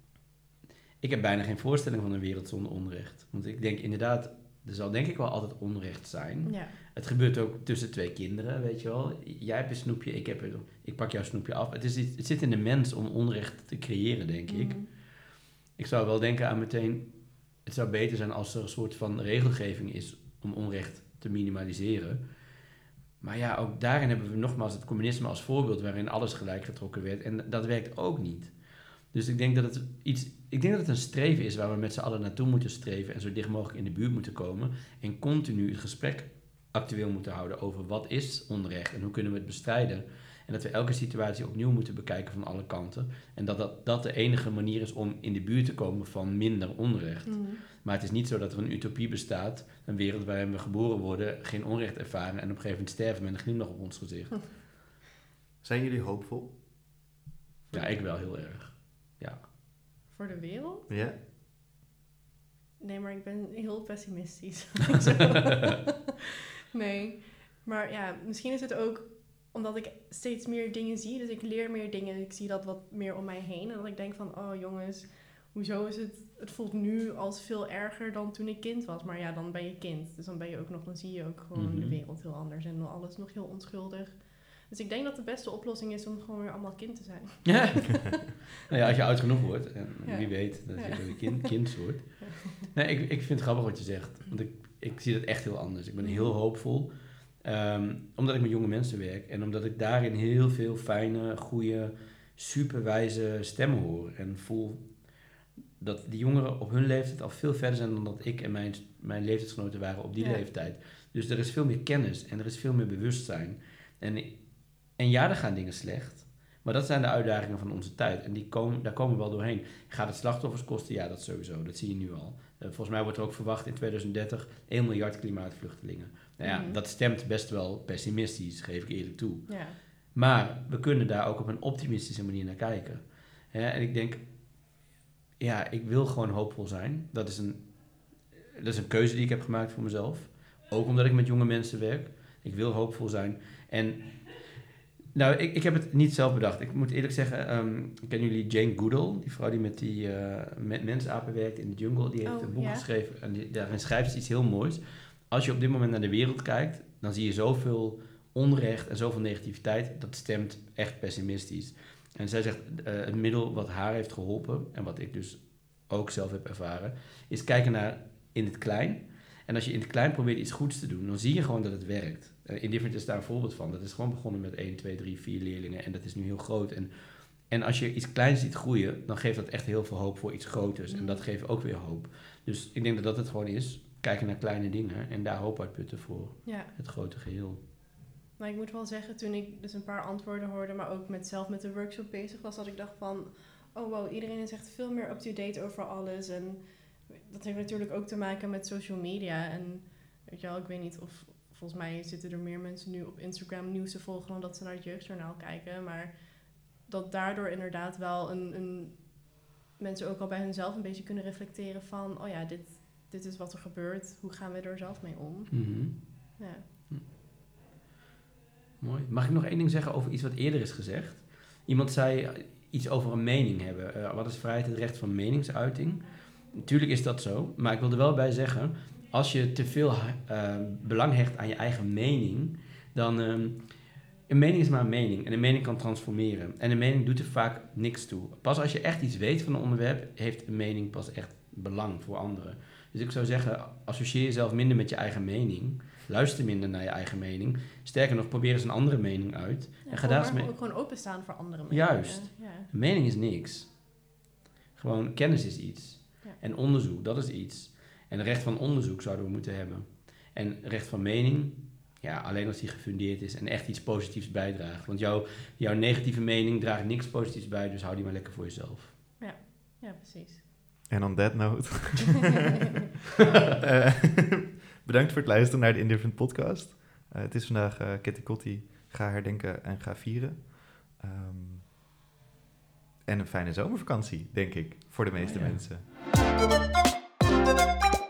ik heb bijna geen voorstelling van een wereld zonder onrecht. Want ik denk inderdaad, er zal denk ik wel altijd onrecht zijn. Ja. Het gebeurt ook tussen twee kinderen, weet je wel. Jij hebt een snoepje, ik pak jouw snoepje af. Het zit in de mens om onrecht te creëren, denk ik. Ik zou wel denken aan meteen, het zou beter zijn als er een soort van regelgeving is om onrecht te minimaliseren. Maar ja, ook daarin hebben we nogmaals het communisme als voorbeeld waarin alles gelijk getrokken werd. En dat werkt ook niet. Dus ik denk dat het een streven is waar we met z'n allen naartoe moeten streven en zo dicht mogelijk in de buurt moeten komen. En continu het gesprek actueel moeten houden over wat is onrecht en hoe kunnen we het bestrijden. En dat we elke situatie opnieuw moeten bekijken van alle kanten. En dat de enige manier is om in de buurt te komen van minder onrecht. Maar het is niet zo dat er een utopie bestaat, een wereld waarin we geboren worden, geen onrecht ervaren en op een gegeven moment sterven met een glimlach op ons gezicht. Zijn jullie hoopvol? Ja, ik wel heel erg. Ja. Voor de wereld? Ja. Nee, maar ik ben heel pessimistisch. Nee, maar ja, misschien is het ook omdat ik steeds meer dingen zie. Dus ik leer meer dingen. Ik zie dat wat meer om mij heen. En dat ik denk van, oh jongens, hoezo is het... Het voelt nu als veel erger dan toen ik kind was. Maar ja, dan ben je kind. Dus dan ben je ook nog... Dan zie je ook gewoon de wereld heel anders. En alles nog heel onschuldig. Dus ik denk dat de beste oplossing is om gewoon weer allemaal kind te zijn. Ja. Nou ja, als je oud genoeg wordt. En wie weet, dat je weer kind wordt. Nee, ik vind het grappig wat je zegt. Want ik zie dat echt heel anders. Ik ben heel hoopvol. Omdat ik met jonge mensen werk. En omdat ik daarin heel veel fijne, goede, superwijze stemmen hoor. En voel dat die jongeren op hun leeftijd al veel verder zijn dan dat ik en mijn leeftijdsgenoten waren op die leeftijd. Dus er is veel meer kennis en er is veel meer bewustzijn. En ja, er gaan dingen slecht. Maar dat zijn de uitdagingen van onze tijd. En daar komen we wel doorheen. Gaat het slachtoffers kosten? Ja, dat sowieso. Dat zie je nu al. Volgens mij wordt er ook verwacht in 2030 1 miljard klimaatvluchtelingen. Nou ja, dat stemt best wel pessimistisch, geef ik eerlijk toe. Ja. Maar we kunnen daar ook op een optimistische manier naar kijken. En ik denk, ja, ik wil gewoon hoopvol zijn. Dat is een keuze die ik heb gemaakt voor mezelf. Ook omdat ik met jonge mensen werk. Ik wil hoopvol zijn. En nou, ik heb het niet zelf bedacht. Ik moet eerlijk zeggen, kennen jullie Jane Goodall? Die vrouw die met die mensapen werkt in de jungle. Die heeft een boek geschreven en daarin schrijft ze iets heel moois. Als je op dit moment naar de wereld kijkt, dan zie je zoveel onrecht en zoveel negativiteit. Dat stemt echt pessimistisch. En zij zegt, het middel wat haar heeft geholpen, en wat ik dus ook zelf heb ervaren, is kijken naar in het klein. En als je in het klein probeert iets goeds te doen, dan zie je gewoon dat het werkt. Indifferent is daar een voorbeeld van. Dat is gewoon begonnen met 1, 2, 3, 4 leerlingen en dat is nu heel groot. En als je iets kleins ziet groeien, dan geeft dat echt heel veel hoop voor iets groters. En dat geeft ook weer hoop. Dus ik denk dat het gewoon is, kijken naar kleine dingen en daar hoop uitputten voor het grote geheel. Maar ik moet wel zeggen, toen ik dus een paar antwoorden hoorde, maar ook zelf met de workshop bezig was, dat ik dacht van, oh wow, iedereen is echt veel meer up-to-date over alles. En dat heeft natuurlijk ook te maken met social media. En weet je wel, ik weet niet of, volgens mij zitten er meer mensen nu op Instagram nieuws te volgen dan dat ze naar het Jeugdjournaal kijken. Maar dat daardoor inderdaad wel mensen ook al bij hunzelf een beetje kunnen reflecteren van, oh ja, dit is wat er gebeurt. Hoe gaan we er zelf mee om? Mm-hmm. Ja. Mooi. Mag ik nog één ding zeggen over iets wat eerder is gezegd? Iemand zei iets over een mening hebben. Wat is vrijheid? Het recht van meningsuiting. Natuurlijk is dat zo, maar ik wil er wel bij zeggen, als je te veel belang hecht aan je eigen mening, dan een mening is maar een mening en een mening kan transformeren. En een mening doet er vaak niks toe. Pas als je echt iets weet van een onderwerp, heeft een mening pas echt belang voor anderen. Dus ik zou zeggen, associeer jezelf minder met je eigen mening. Luister minder naar je eigen mening. Sterker nog, probeer eens een andere mening uit. Ja, en ga daar eens mee. Ook gewoon openstaan voor andere meningen. Juist. Ja. Een mening is niks. Gewoon kennis is iets. Ja. En onderzoek, dat is iets. En recht van onderzoek zouden we moeten hebben. En recht van mening, ja, alleen als die gefundeerd is en echt iets positiefs bijdraagt. Want jouw negatieve mening draagt niks positiefs bij, dus hou die maar lekker voor jezelf. Ja, precies. En on that note. Bedankt voor het luisteren naar de Indifferent podcast. Het is vandaag Ketty Kotti. Ga herdenken en ga vieren. En een fijne zomervakantie, denk ik, voor de meeste mensen.